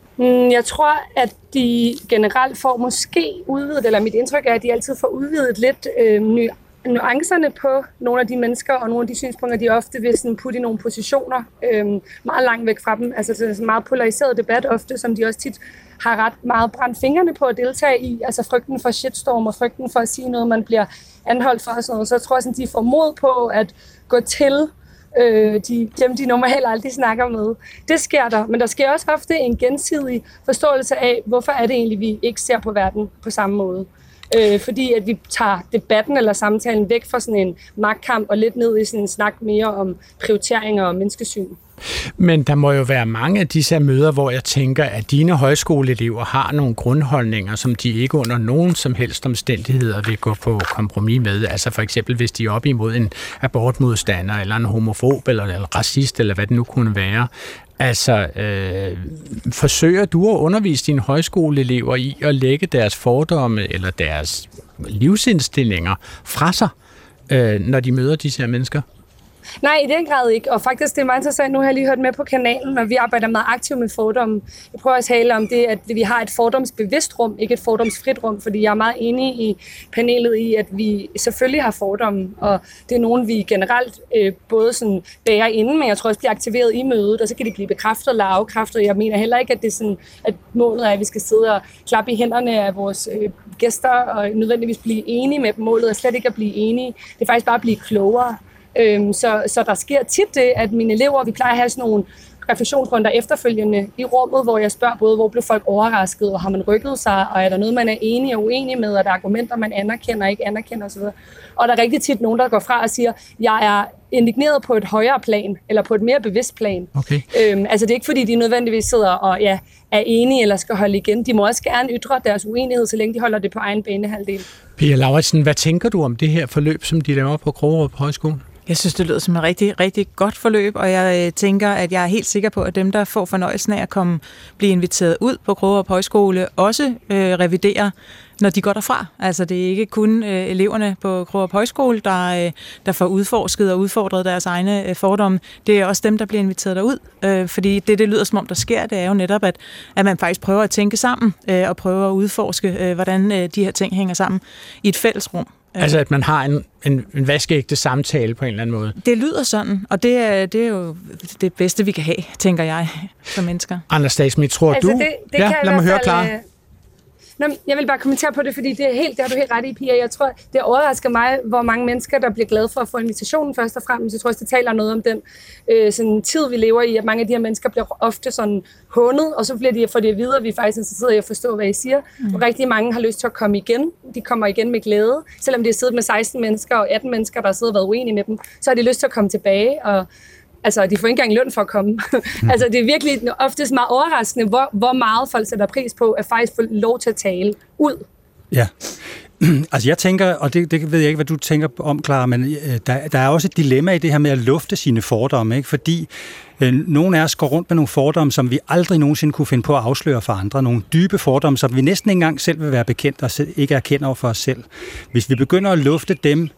Jeg tror, at de generelt får måske udvidet, eller mit indtryk er, at de altid får udvidet lidt øh, ny nuancerne på nogle af de mennesker og nogle af de synspunkter, de ofte vil sådan putte i nogle positioner øhm, meget langt væk fra dem. Altså det er en meget polariseret debat ofte, som de også tit har ret meget brændt fingrene på at deltage i. Altså frygten for shitstorm og frygten for at sige noget, man bliver anholdt for og sådan noget. Så jeg tror, at de får mod på at gå til øh, de, dem, de normalt aldrig snakker med. Det sker der, men der sker også ofte en gensidig forståelse af, hvorfor er det egentlig, vi ikke ser på verden på samme måde. Øh, fordi at vi tager debatten eller samtalen væk fra sådan en magtkamp og lidt ned i sådan en snak mere om prioriteringer og menneskesyn. Men der må jo være mange af disse møder, hvor jeg tænker, at dine højskoleelever har nogle grundholdninger, som de ikke under nogen som helst omstændigheder vil gå på kompromis med. Altså for eksempel, hvis de er op imod en abortmodstander, eller en homofob, eller en racist, eller hvad det nu kunne være. Altså, øh, forsøger du at undervise dine højskoleelever i at lægge deres fordomme eller deres livsindstillinger fra sig, øh, når de møder disse her mennesker? Nej, i den grad ikke. Og faktisk, det er meget interessant. Nu har jeg lige hørt med på kanalen, og vi arbejder meget aktivt med fordomme. Jeg prøver at tale om det, at vi har et fordomsbevidst rum, ikke et fordomsfrit rum, fordi jeg er meget enig i panelet i, at vi selvfølgelig har fordomme, og det er nogen, vi generelt øh, både sådan bærer inden, men jeg tror også bliver aktiveret i mødet, og så kan de blive bekræftet eller afkræftet. Jeg mener heller ikke, at det er sådan, at målet er, at vi skal sidde og klappe i hænderne af vores øh, gæster, og nødvendigvis blive enige med dem. Målet er slet ikke at blive enige. Det er faktisk bare at blive klogere. Øhm, så, så der sker tit det, at mine elever, vi plejer at have sådan nogle refleksionsrunder efterfølgende i rummet, hvor jeg spørger både, hvor blev folk overrasket, og har man rykket sig, og er der noget, man er enig og uenig med, og der er argumenter, man anerkender og ikke anerkender osv. Og der er rigtig tit nogen, der går fra og siger, jeg er indigneret på et højere plan, eller på et mere bevidst plan. Okay. Øhm, altså det er ikke fordi, de nødvendigvis sidder og ja, er enige eller skal holde igen. De må også gerne ytre deres uenighed, så længe de holder det på egen banehalvdel. Pia Lauritsen, hvad tænker du om det her forløb, som de laver på Krogerup Højskole? Jeg synes, det lyder som et rigtig, rigtig godt forløb, og jeg tænker, at jeg er helt sikker på, at dem, der får fornøjelsen af at komme, blive inviteret ud på Krogerup Højskole, også øh, reviderer, når de går derfra. Altså, det er ikke kun øh, eleverne på Krogerup Højskole, der, øh, der får udforsket og udfordret deres egne øh, fordomme. Det er også dem, der bliver inviteret derud, øh, fordi det, det lyder som om, der sker, det er jo netop, at, at man faktisk prøver at tænke sammen øh, og prøver at udforske, øh, hvordan øh, de her ting hænger sammen i et fælles rum. Altså, at man har en, en, en vaskeægte samtale på en eller anden måde. Det lyder sådan, og det er, det er jo det bedste, vi kan have, tænker jeg, som mennesker. Anders Stagsmith, tror altså, du? Det, det ja, kan lad mig høre klar. Nå, jeg vil bare kommentere på det, fordi det er helt, det har du helt ret i, Pia. Jeg tror, det overrasker mig, hvor mange mennesker, der bliver glade for at få invitationen først og fremmest. Jeg tror også, det taler noget om den øh, sådan tid, vi lever i, at mange af de her mennesker bliver ofte sådan hånet, og så bliver de, får de at vide, at vi faktisk interesseret i at forstå, hvad I siger. Mm. Og rigtig mange har lyst til at komme igen. De kommer igen med glæde. Selvom de har siddet med seksten mennesker og atten mennesker, der har siddet og været uenige med dem, så har de lyst til at komme tilbage og altså, de får ikke engang løn for at komme. Mm. Altså, det er virkelig oftest meget overraskende, hvor, hvor meget folk sætter pris på, at faktisk få lov til at tale ud. Ja. Altså, jeg tænker, og det, det ved jeg ikke, hvad du tænker om, Clara, men øh, der, der er også et dilemma i det her med at lufte sine fordomme, ikke? Fordi øh, nogle af os går rundt med nogle fordomme, som vi aldrig nogensinde kunne finde på at afsløre for andre. Nogle dybe fordomme, som vi næsten ikke engang selv vil være bekendt og ikke erkender over for os selv. Hvis vi begynder at lufte dem,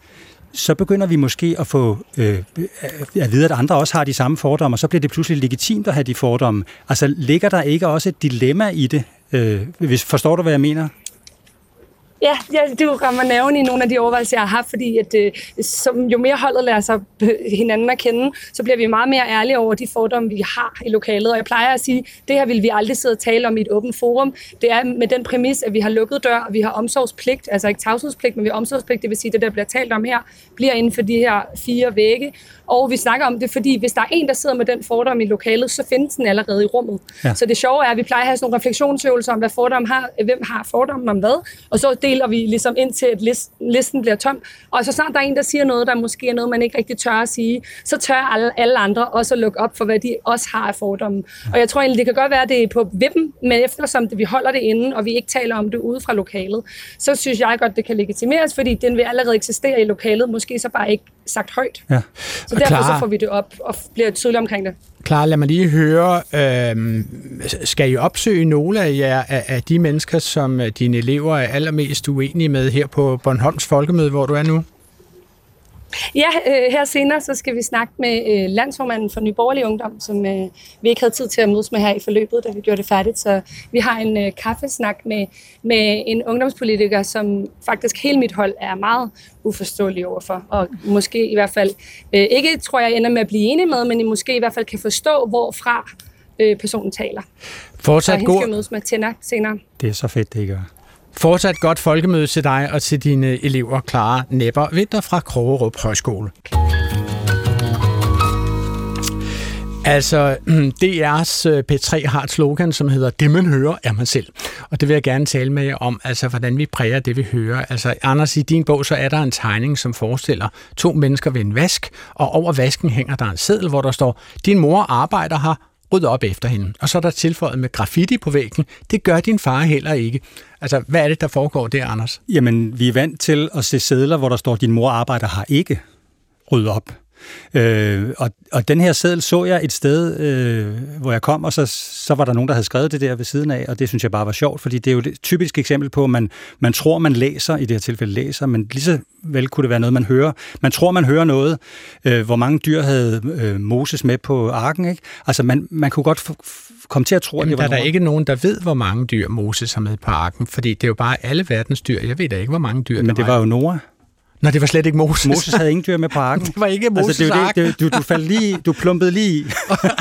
så begynder vi måske at få øh, at vide, at andre også har de samme fordomme, og så bliver det pludselig legitimt at have de fordomme. Altså, ligger der ikke også et dilemma i det? Øh, hvis, forstår du, hvad jeg mener? Ja, ja, du rammer nerven i nogle af de overvejelser, jeg har haft, fordi at, øh, som, jo mere holdet lærer sig hinanden at kende, så bliver vi meget mere ærlige over de fordomme, vi har i lokalet. Og jeg plejer at sige, at det her vil vi aldrig sidde og tale om i et åbent forum. Det er med den præmis, at vi har lukket dør, og vi har omsorgspligt, altså ikke tavshedspligt, men vi har omsorgspligt, det vil sige, at det, der bliver talt om her, bliver inden for de her fire vægge. Og vi snakker om det, fordi hvis der er en, der sidder med den fordom i lokalet, så findes den allerede i rummet. Ja. Så det sjove er, at vi plejer at have sådan nogle refleksionsøvelser om, hvad fordom har, hvem har fordommen om hvad, og så deler vi ligesom ind til, at listen, listen bliver tom. Og så snart der er en, der siger noget, der måske er noget, man ikke rigtig tør at sige, så tør alle, alle andre også at lukke op for, hvad de også har af fordommen. Og jeg tror egentlig, det kan godt være, at det er på vippen, men eftersom det, vi holder det inde, og vi ikke taler om det ude fra lokalet, så synes jeg godt, det kan legitimeres, fordi den vil allerede eksistere i lokalet, måske så bare ikke sagt højt. Ja. Så derfor Clara, så får vi det op og bliver tydeligt omkring det. Clara, lad mig lige høre, øh, skal I opsøge nogle af jer af, af de mennesker, som dine elever er allermest uenige med her på Bornholms Folkemøde, hvor du er nu? Ja, øh, her senere så skal vi snakke med øh, landsformanden for Nye Borgerlige Ungdom, som øh, vi ikke havde tid til at mødes med her i forløbet, da vi gjorde det færdigt. Så vi har en øh, kaffesnak med, med en ungdomspolitiker, som faktisk hele mit hold er meget uforståelig overfor. Og måske i hvert fald, øh, ikke tror jeg ender med at blive enig med, men I måske i hvert fald kan forstå, hvorfra øh, personen taler. Fortsat og hende skal mødes med Tina senere. Det er så fedt, det gør. Fortsat godt folkemøde til dig og til dine elever, Clara Nepper Winther fra Krogerup Højskole. Altså, D R's P tre har et slogan, som hedder, det man hører, er man selv. Og det vil jeg gerne tale med jer om, altså hvordan vi præger det, vi hører. Altså, Anders, i din bog, så er der en tegning, som forestiller to mennesker ved en vask, og over vasken hænger der en seddel, hvor der står, din mor arbejder her, rydde op efter hende. Og så er der tilføjet med graffiti på væggen. Det gør din far heller ikke. Altså, hvad er det, der foregår der, Anders? Jamen, vi er vant til at se sedler, hvor der står, din mor arbejder har ikke, rydde op. Øh, og, og den her seddel så jeg et sted, øh, hvor jeg kom, og så, så var der nogen, der havde skrevet det der ved siden af, og det synes jeg bare var sjovt, fordi det er jo et typisk eksempel på, at man, man tror, man læser, i det her tilfælde læser, men lige så vel kunne det være noget, man hører. Man tror, man hører noget, øh, hvor mange dyr havde øh, Moses med på arken, ikke? Altså, man, man kunne godt f- f- komme til at tro, Jamen, at det var der er der ikke nogen, der ved, hvor mange dyr Moses har med på arken, fordi det er jo bare alle verdens dyr. Jeg ved da ikke, hvor mange dyr men det var. Men det var jo Noah. Nå, det var slet ikke Moses. Moses havde ingen dyr med på arken. Det var ikke Moses' altså, det ark. Det, du, du faldt lige, du plumpede lige i.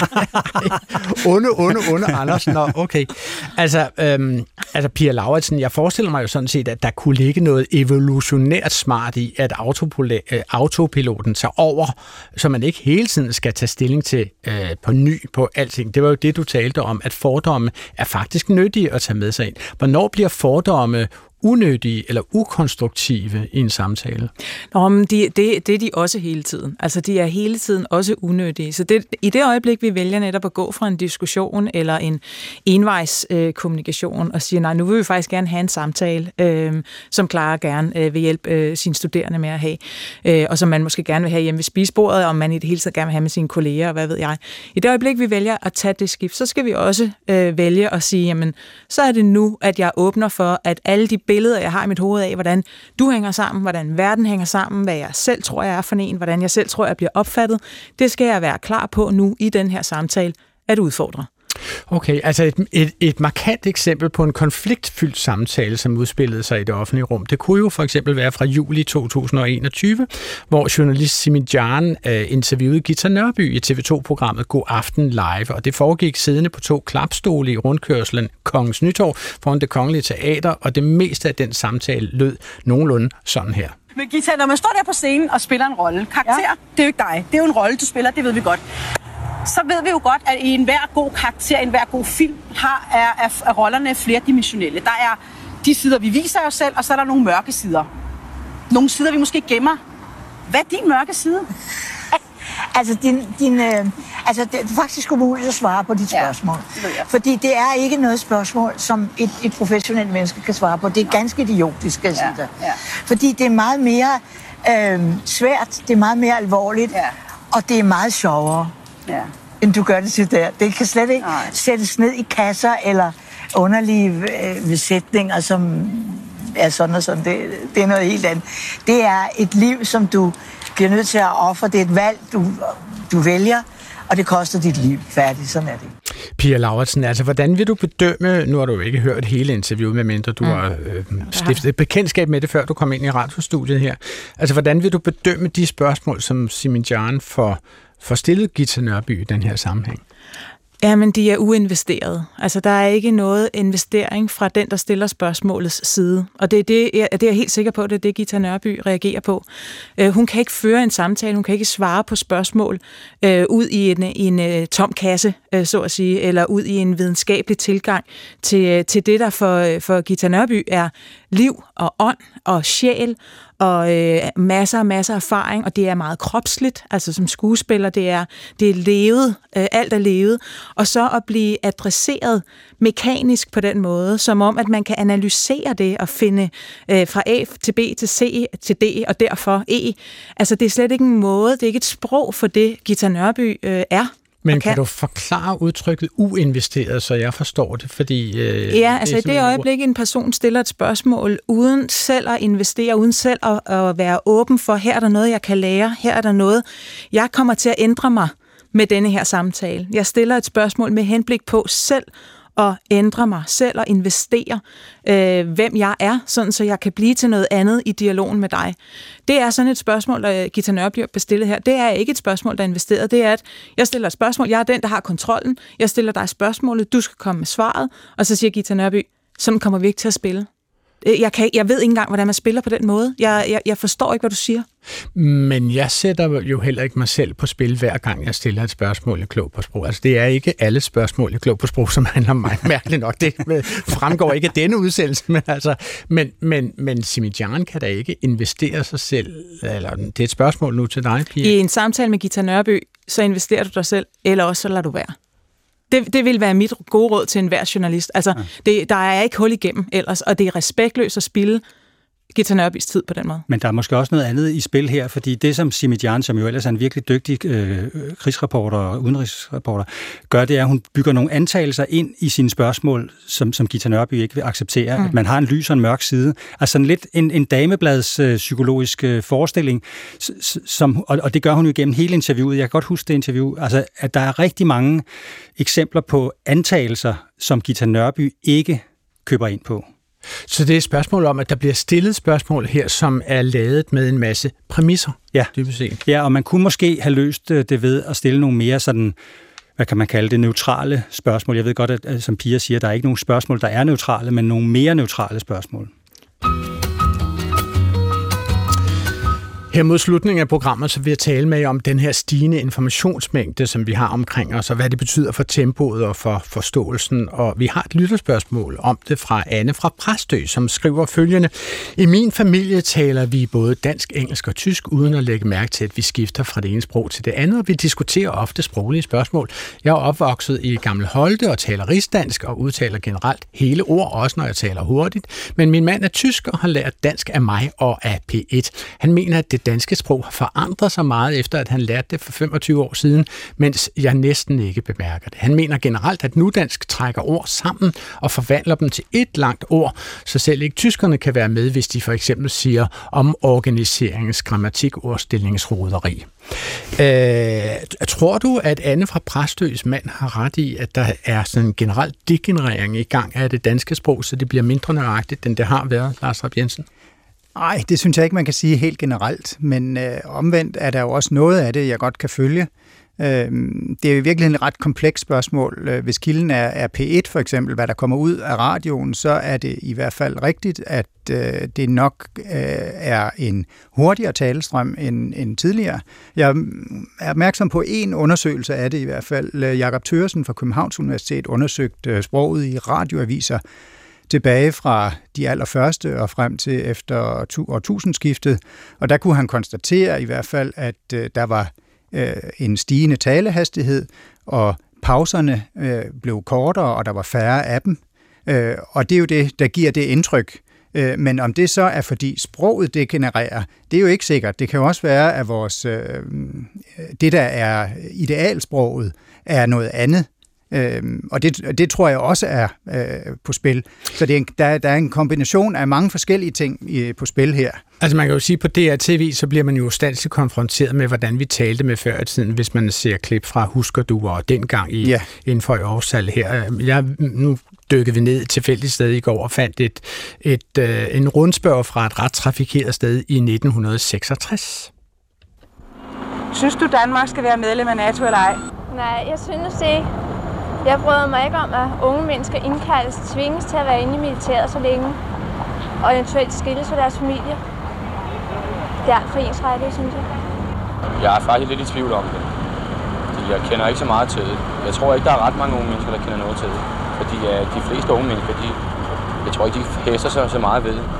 onde, onde, onde Anders. Nå, okay. Altså, øhm, altså, Pia Lauritsen, jeg forestiller mig jo sådan set, at der kunne ligge noget evolutionært smart i, at autopil- autopiloten tager over, så man ikke hele tiden skal tage stilling til øh, på ny på alting. Det var jo det, du talte om, at fordomme er faktisk nyttige at tage med sig ind. Hvornår bliver fordomme unødige eller ukonstruktive i en samtale? Nå, men de, det, det er de også hele tiden. Altså, de er hele tiden også unødige. Så det, i det øjeblik, vi vælger netop at gå fra en diskussion eller en envejskommunikation øh, og siger, nej, nu vil vi faktisk gerne have en samtale, øh, som Clara gerne øh, vil hjælpe øh, sine studerende med at have, øh, og som man måske gerne vil have hjemme ved spisebordet, og man i det hele taget gerne vil have med sine kolleger, og hvad ved jeg. I det øjeblik, vi vælger at tage det skift, så skal vi også øh, vælge at sige, jamen, så er det nu, at jeg åbner for, at alle de billeder, jeg har i mit hoved af, hvordan du hænger sammen, hvordan verden hænger sammen, hvad jeg selv tror, jeg er for en, hvordan jeg selv tror, jeg bliver opfattet, det skal jeg være klar på nu i den her samtale at udfordre. Okay, altså et, et, et markant eksempel på en konfliktfyldt samtale, som udspillede sig i det offentlige rum, det kunne jo for eksempel være fra juli to tusind og enogtyve, hvor journalist Simin Jan øh, interviewede Gita Nørby i T V to-programmet God Aften Live, og det foregik siddende på to klapstole i rundkørslen Kongens Nytorv foran Det Kongelige Teater, og det meste af den samtale lød nogenlunde sådan her. Men Gita, når man står der på scenen og spiller en rolle, karakter, ja. Det er jo ikke dig, det er jo en rolle, du spiller, det ved vi godt. Så ved vi jo godt, at i enhver god karakter, i enhver god film, har, er, er, er rollerne flerdimensionelle. Der er de sider, vi viser os selv, og så er der nogle mørke sider. Nogle sider, vi måske gemmer. Hvad er din mørke side? Altså, din, din, øh, altså, det er faktisk umuligt at svare på dit spørgsmål. Ja, det fordi det er ikke noget spørgsmål, som et, et professionelt menneske kan svare på. Det er ganske idiotisk, skal jeg sige det. Ja, ja. Fordi det er meget mere øh, svært, det er meget mere alvorligt, ja. Og det er meget sjovere. Ja. End du gør det til der. Det kan slet ikke Nej. sættes ned i kasser eller underlige øh, sætninger, som er sådan og sådan. Det, det er noget helt andet. Det er et liv, som du bliver nødt til at ofre. Det er et valg, du, du vælger, og det koster dit liv. Færdigt, sådan er det. Pia Lauritsen, altså hvordan vil du bedømme, nu har du jo ikke hørt hele interviewet, medmindre du mm. har øh, stiftet et bekendtskab med det, før du kom ind i radiostudiet her. Altså hvordan vil du bedømme de spørgsmål, som Simin Jan får, får stillet Ghita Nørby i den her sammenhæng? Jamen, de er uinvesteret. Altså, der er ikke noget investering fra den, der stiller spørgsmålets side. Og det er, det, jeg, det er jeg helt sikker på, det er det, Ghita Nørby reagerer på. Uh, hun kan ikke føre en samtale, hun kan ikke svare på spørgsmål uh, ud i en, i en uh, tom kasse, uh, så at sige, eller ud i en videnskabelig tilgang til, uh, til det, der for, for Ghita Nørby er liv og ånd og sjæl, og øh, masser og masser af erfaring, og det er meget kropsligt, altså som skuespiller, det er, det er levet, øh, alt er levet, og så at blive adresseret mekanisk på den måde, som om, at man kan analysere det og finde øh, fra A til B til C til D, og derfor E. Altså det er slet ikke en måde, det er ikke et sprog for det, Ghita Nørby øh, er. Men kan du forklare udtrykket uinvesteret, så jeg forstår det? Fordi, øh, ja, altså det i det øjeblik, en person stiller et spørgsmål, uden selv at investere, uden selv at, at være åben for, her er der noget, jeg kan lære, her er der noget, jeg kommer til at ændre mig med denne her samtale. Jeg stiller et spørgsmål med henblik på selv at ændre mig, selv at investere, øh, hvem jeg er, sådan så jeg kan blive til noget andet i dialogen med dig. Det er sådan et spørgsmål, der Ghita Nørby har bestillet her. Det er ikke et spørgsmål, der er investeret. Det er, at jeg stiller et spørgsmål, jeg er den, der har kontrollen, jeg stiller dig spørgsmålet, du skal komme med svaret, og så siger Ghita Nørby, sådan kommer vi ikke til at spille. Jeg, kan, jeg ved ikke engang, hvordan man spiller på den måde. Jeg, jeg, jeg forstår ikke, hvad du siger. Men jeg sætter jo heller ikke mig selv på spil, hver gang jeg stiller et spørgsmål i Klog på Sprog. Altså, det er ikke alle spørgsmål i Klog på Sprog, som handler om mig. Mærkeligt nok, det fremgår ikke af denne udsendelse. Men, altså, men, men, men Simin Jan kan da ikke investere sig selv. Eller, det er et spørgsmål nu til dig, Pia. I en samtale med Ghita Nørby, så investerer du dig selv, eller også så lader du være. Det, det vil være mit gode råd til enhver journalist. Altså, ja. det, der er ikke hul igennem ellers, og det er respektløst at spilde Ghita Nørbys tid på den måde. Men der er måske også noget andet i spil her, fordi det, som Simin Jan, som jo ellers er en virkelig dygtig øh, krigsreporter og udenrigsreporter, gør, det er, at hun bygger nogle antagelser ind i sine spørgsmål, som, som Ghita Nørby ikke vil acceptere. Mm. At man har en lys og en mørk side. Altså sådan lidt en, en dameblads øh, psykologisk øh, forestilling, som, og, og det gør hun jo igennem hele interviewet. Jeg kan godt huske det interview. Altså, at der er rigtig mange eksempler på antagelser, som Ghita Nørby ikke køber ind på. Så det er et spørgsmål om, at der bliver stillet spørgsmål her, som er lavet med en masse præmisser, ja. dybest set. Ja, og man kunne måske have løst det ved at stille nogle mere sådan, hvad kan man kalde det, neutrale spørgsmål. Jeg ved godt, at som Pia siger, der er ikke nogen spørgsmål, der er neutrale, men nogle mere neutrale spørgsmål. Her mod slutningen af programmet, så vil jeg tale med jer om den her stigende informationsmængde, som vi har omkring os, og hvad det betyder for tempoet og for forståelsen. Og vi har et lytterspørgsmål om det fra Anne fra Præstø, som skriver følgende. I min familie taler vi både dansk, engelsk og tysk, uden at lægge mærke til, at vi skifter fra det ene sprog til det andet, og vi diskuterer ofte sproglige spørgsmål. Jeg er opvokset i Gamle Holte og taler rigsdansk og udtaler generelt hele ord, også når jeg taler hurtigt. Men min mand er tysk og har lært dansk af mig og af P et. Han mener, at det danske sprog har forandret sig meget efter, at han lærte det for femogtyve år siden, mens jeg næsten ikke bemærker det. Han mener generelt, at nudansk trækker ord sammen og forvandler dem til et langt ord, så selv ikke tyskerne kan være med, hvis de for eksempel siger om organiseringens grammatik, ordstillingsroderi. Øh, tror du, at Anne fra Præstøs mand har ret i, at der er sådan en generel degenerering i gang af det danske sprog, så det bliver mindre nøjagtigt, end det har været, Lars Rapp Jensen? Nej, det synes jeg ikke, man kan sige helt generelt, men øh, omvendt er der jo også noget af det, jeg godt kan følge. Øh, det er jo i virkeligheden et ret komplekst spørgsmål. Hvis kilden er, er P et for eksempel, hvad der kommer ud af radioen, så er det i hvert fald rigtigt, at øh, det nok øh, er en hurtigere talestrøm end, end tidligere. Jeg er opmærksom på en undersøgelse af det i hvert fald. Jakob Thøgersen fra Københavns Universitet undersøgte sproget i radioaviser tilbage fra de allerførste og frem til efter årtusindskiftet. Og der kunne han konstatere i hvert fald, at øh, der var øh, en stigende talehastighed, og pauserne øh, blev kortere, og der var færre af dem. Øh, og det er jo det, der giver det indtryk. Øh, men om det så er, fordi sproget det genererer, det er jo ikke sikkert. Det kan jo også være, at vores, øh, det, der er idealsproget, er noget andet Øhm, og det, det tror jeg også er øh, på spil. Så det er en, der, der er en kombination af mange forskellige ting i, på spil her. Altså man kan jo sige, på D R T V, så bliver man jo standsligt konfronteret med, hvordan vi talte med før i tiden, hvis man ser klip fra Husker du, og dengang i, ja. inden for i årstal her. Jeg, nu dykkede vi ned et tilfældigt sted i går og fandt et, et, øh, en rundspørg fra et ret trafikeret sted i nitten seksogtres. Synes du, Danmark skal være medlem af NATO eller ej? Nej, jeg synes ikke. Jeg bryder mig ikke om, at unge mennesker indkaldes og tvinges til at være inde i militæret så længe, og eventuelt skilles fra deres familie. Det er alt for ensrettet, synes jeg. Jeg er faktisk lidt i tvivl om det. Fordi jeg kender ikke så meget til det. Jeg tror ikke, der er ret mange unge mennesker, der kender noget til det. Fordi uh, de fleste unge mennesker, de, jeg tror ikke, de hæster sig så meget ved det.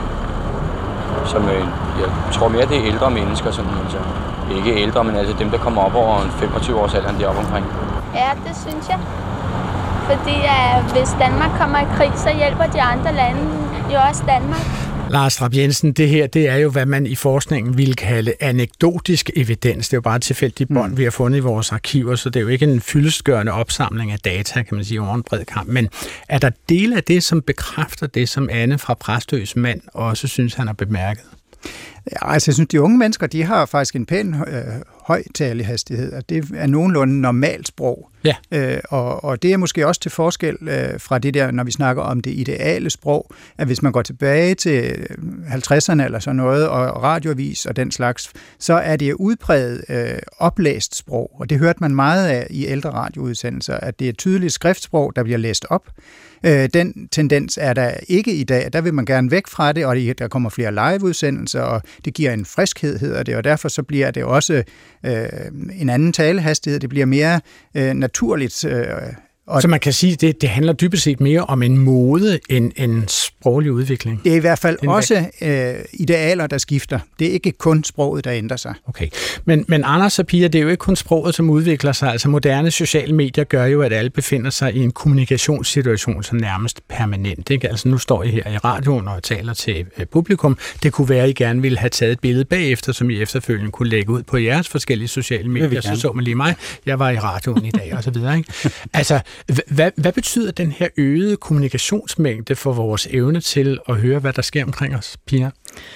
Som, uh, jeg tror mere, det er ældre mennesker, som altså, ikke ældre, men altså dem, der kommer op over en femogtyve års alderen deroppe omkring. Ja, det synes jeg. Fordi uh, hvis Danmark kommer i krig, så hjælper de andre lande jo også Danmark. Lars Rap Jensen, det her, det er jo, hvad man i forskningen ville kalde anekdotisk evidens. Det er jo bare et tilfældigt bånd, mm. vi har fundet i vores arkiver, så det er jo ikke en fyldestgørende opsamling af data, kan man sige, over en bred kamp. Men er der dele af det, som bekræfter det, som Anne fra Præstøs mand også synes, han har bemærket? Ja, altså jeg synes, de unge mennesker, de har faktisk en pæn øh, høj talehastighed, og det er nogenlunde normalt sprog. Ja. Øh, og, og det er måske også til forskel øh, fra det der, når vi snakker om det ideale sprog, at hvis man går tilbage til halvtredserne eller sådan noget, og radioavis og den slags, så er det udpræget øh, oplæst sprog, og det hørte man meget af i ældre radioudsendelser, at det er et tydeligt skriftsprog, der bliver læst op. Øh, den tendens er der ikke i dag. Der vil man gerne væk fra det, og der kommer flere liveudsendelser, og det giver en friskhed, hedder det, og derfor så bliver det også øh, en anden talehastighed. Det bliver mere øh, naturligt. Øh, og så man kan sige, at det, det handler dybest set mere om en mode end en sproglig udvikling? Det er i hvert fald også øh, idealer, der skifter. Det er ikke kun sproget, der ændrer sig. Okay. Men, men Anders og Pia, det er jo ikke kun sproget, som udvikler sig. Altså moderne sociale medier gør jo, at alle befinder sig i en kommunikationssituation, som nærmest permanent. Ikke? Altså nu står I her i radioen og taler til publikum. Det kunne være, at I gerne ville have taget et billede bagefter, som I efterfølgende kunne lægge ud på jeres forskellige sociale medier. Så så man lige mig. Jeg var i radioen i dag og så videre. Ikke? Altså, hvad, hvad betyder den her øgede kommunikationsmængde for vores evne til at høre, hvad der sker omkring os, Pia?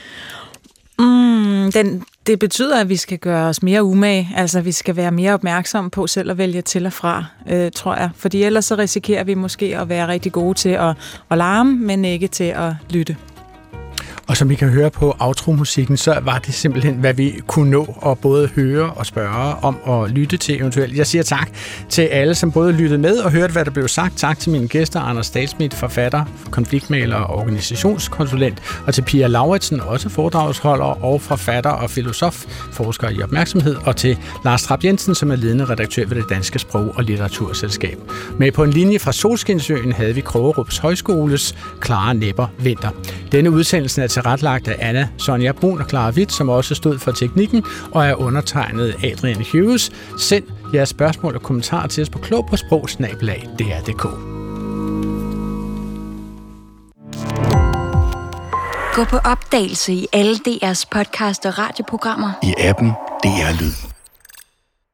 Mm, den, det betyder, at vi skal gøre os mere umage. Altså, vi skal være mere opmærksomme på selv at vælge til og fra, øh, tror jeg. Fordi ellers så risikerer vi måske at være rigtig gode til at, at larme, men ikke til at lytte. Og som vi kan høre på outro-musikken, så var det simpelthen, hvad vi kunne nå at både høre og spørge om og lytte til eventuelt. Jeg siger tak til alle, som både lyttede med og hørte, hvad der blev sagt. Tak til mine gæster, Anders Stahlschmidt, forfatter, konfliktmaler og organisationskonsulent, og til Pia Lauritsen, også foredragsholder og forfatter og filosof, forsker i opmærksomhed, og til Lars Rap Jensen, som er ledende redaktør ved det Danske Sprog- og Litteraturselskab. Med på en linje fra Solskinsøen havde vi Krogerups Højskoles Clara Nepper Vinter. Denne udsendelse er tilrettelagt af Anna Sonja Brun og Clara Witt, som også stod for teknikken, og er undertegnet Adrian Hughes. Send jeres spørgsmål og kommentarer til os på klog på sprog snabel-a d r punktum d k. Gå på opdagelse i alle D R's podcast og radioprogrammer. I appen D R Lyd.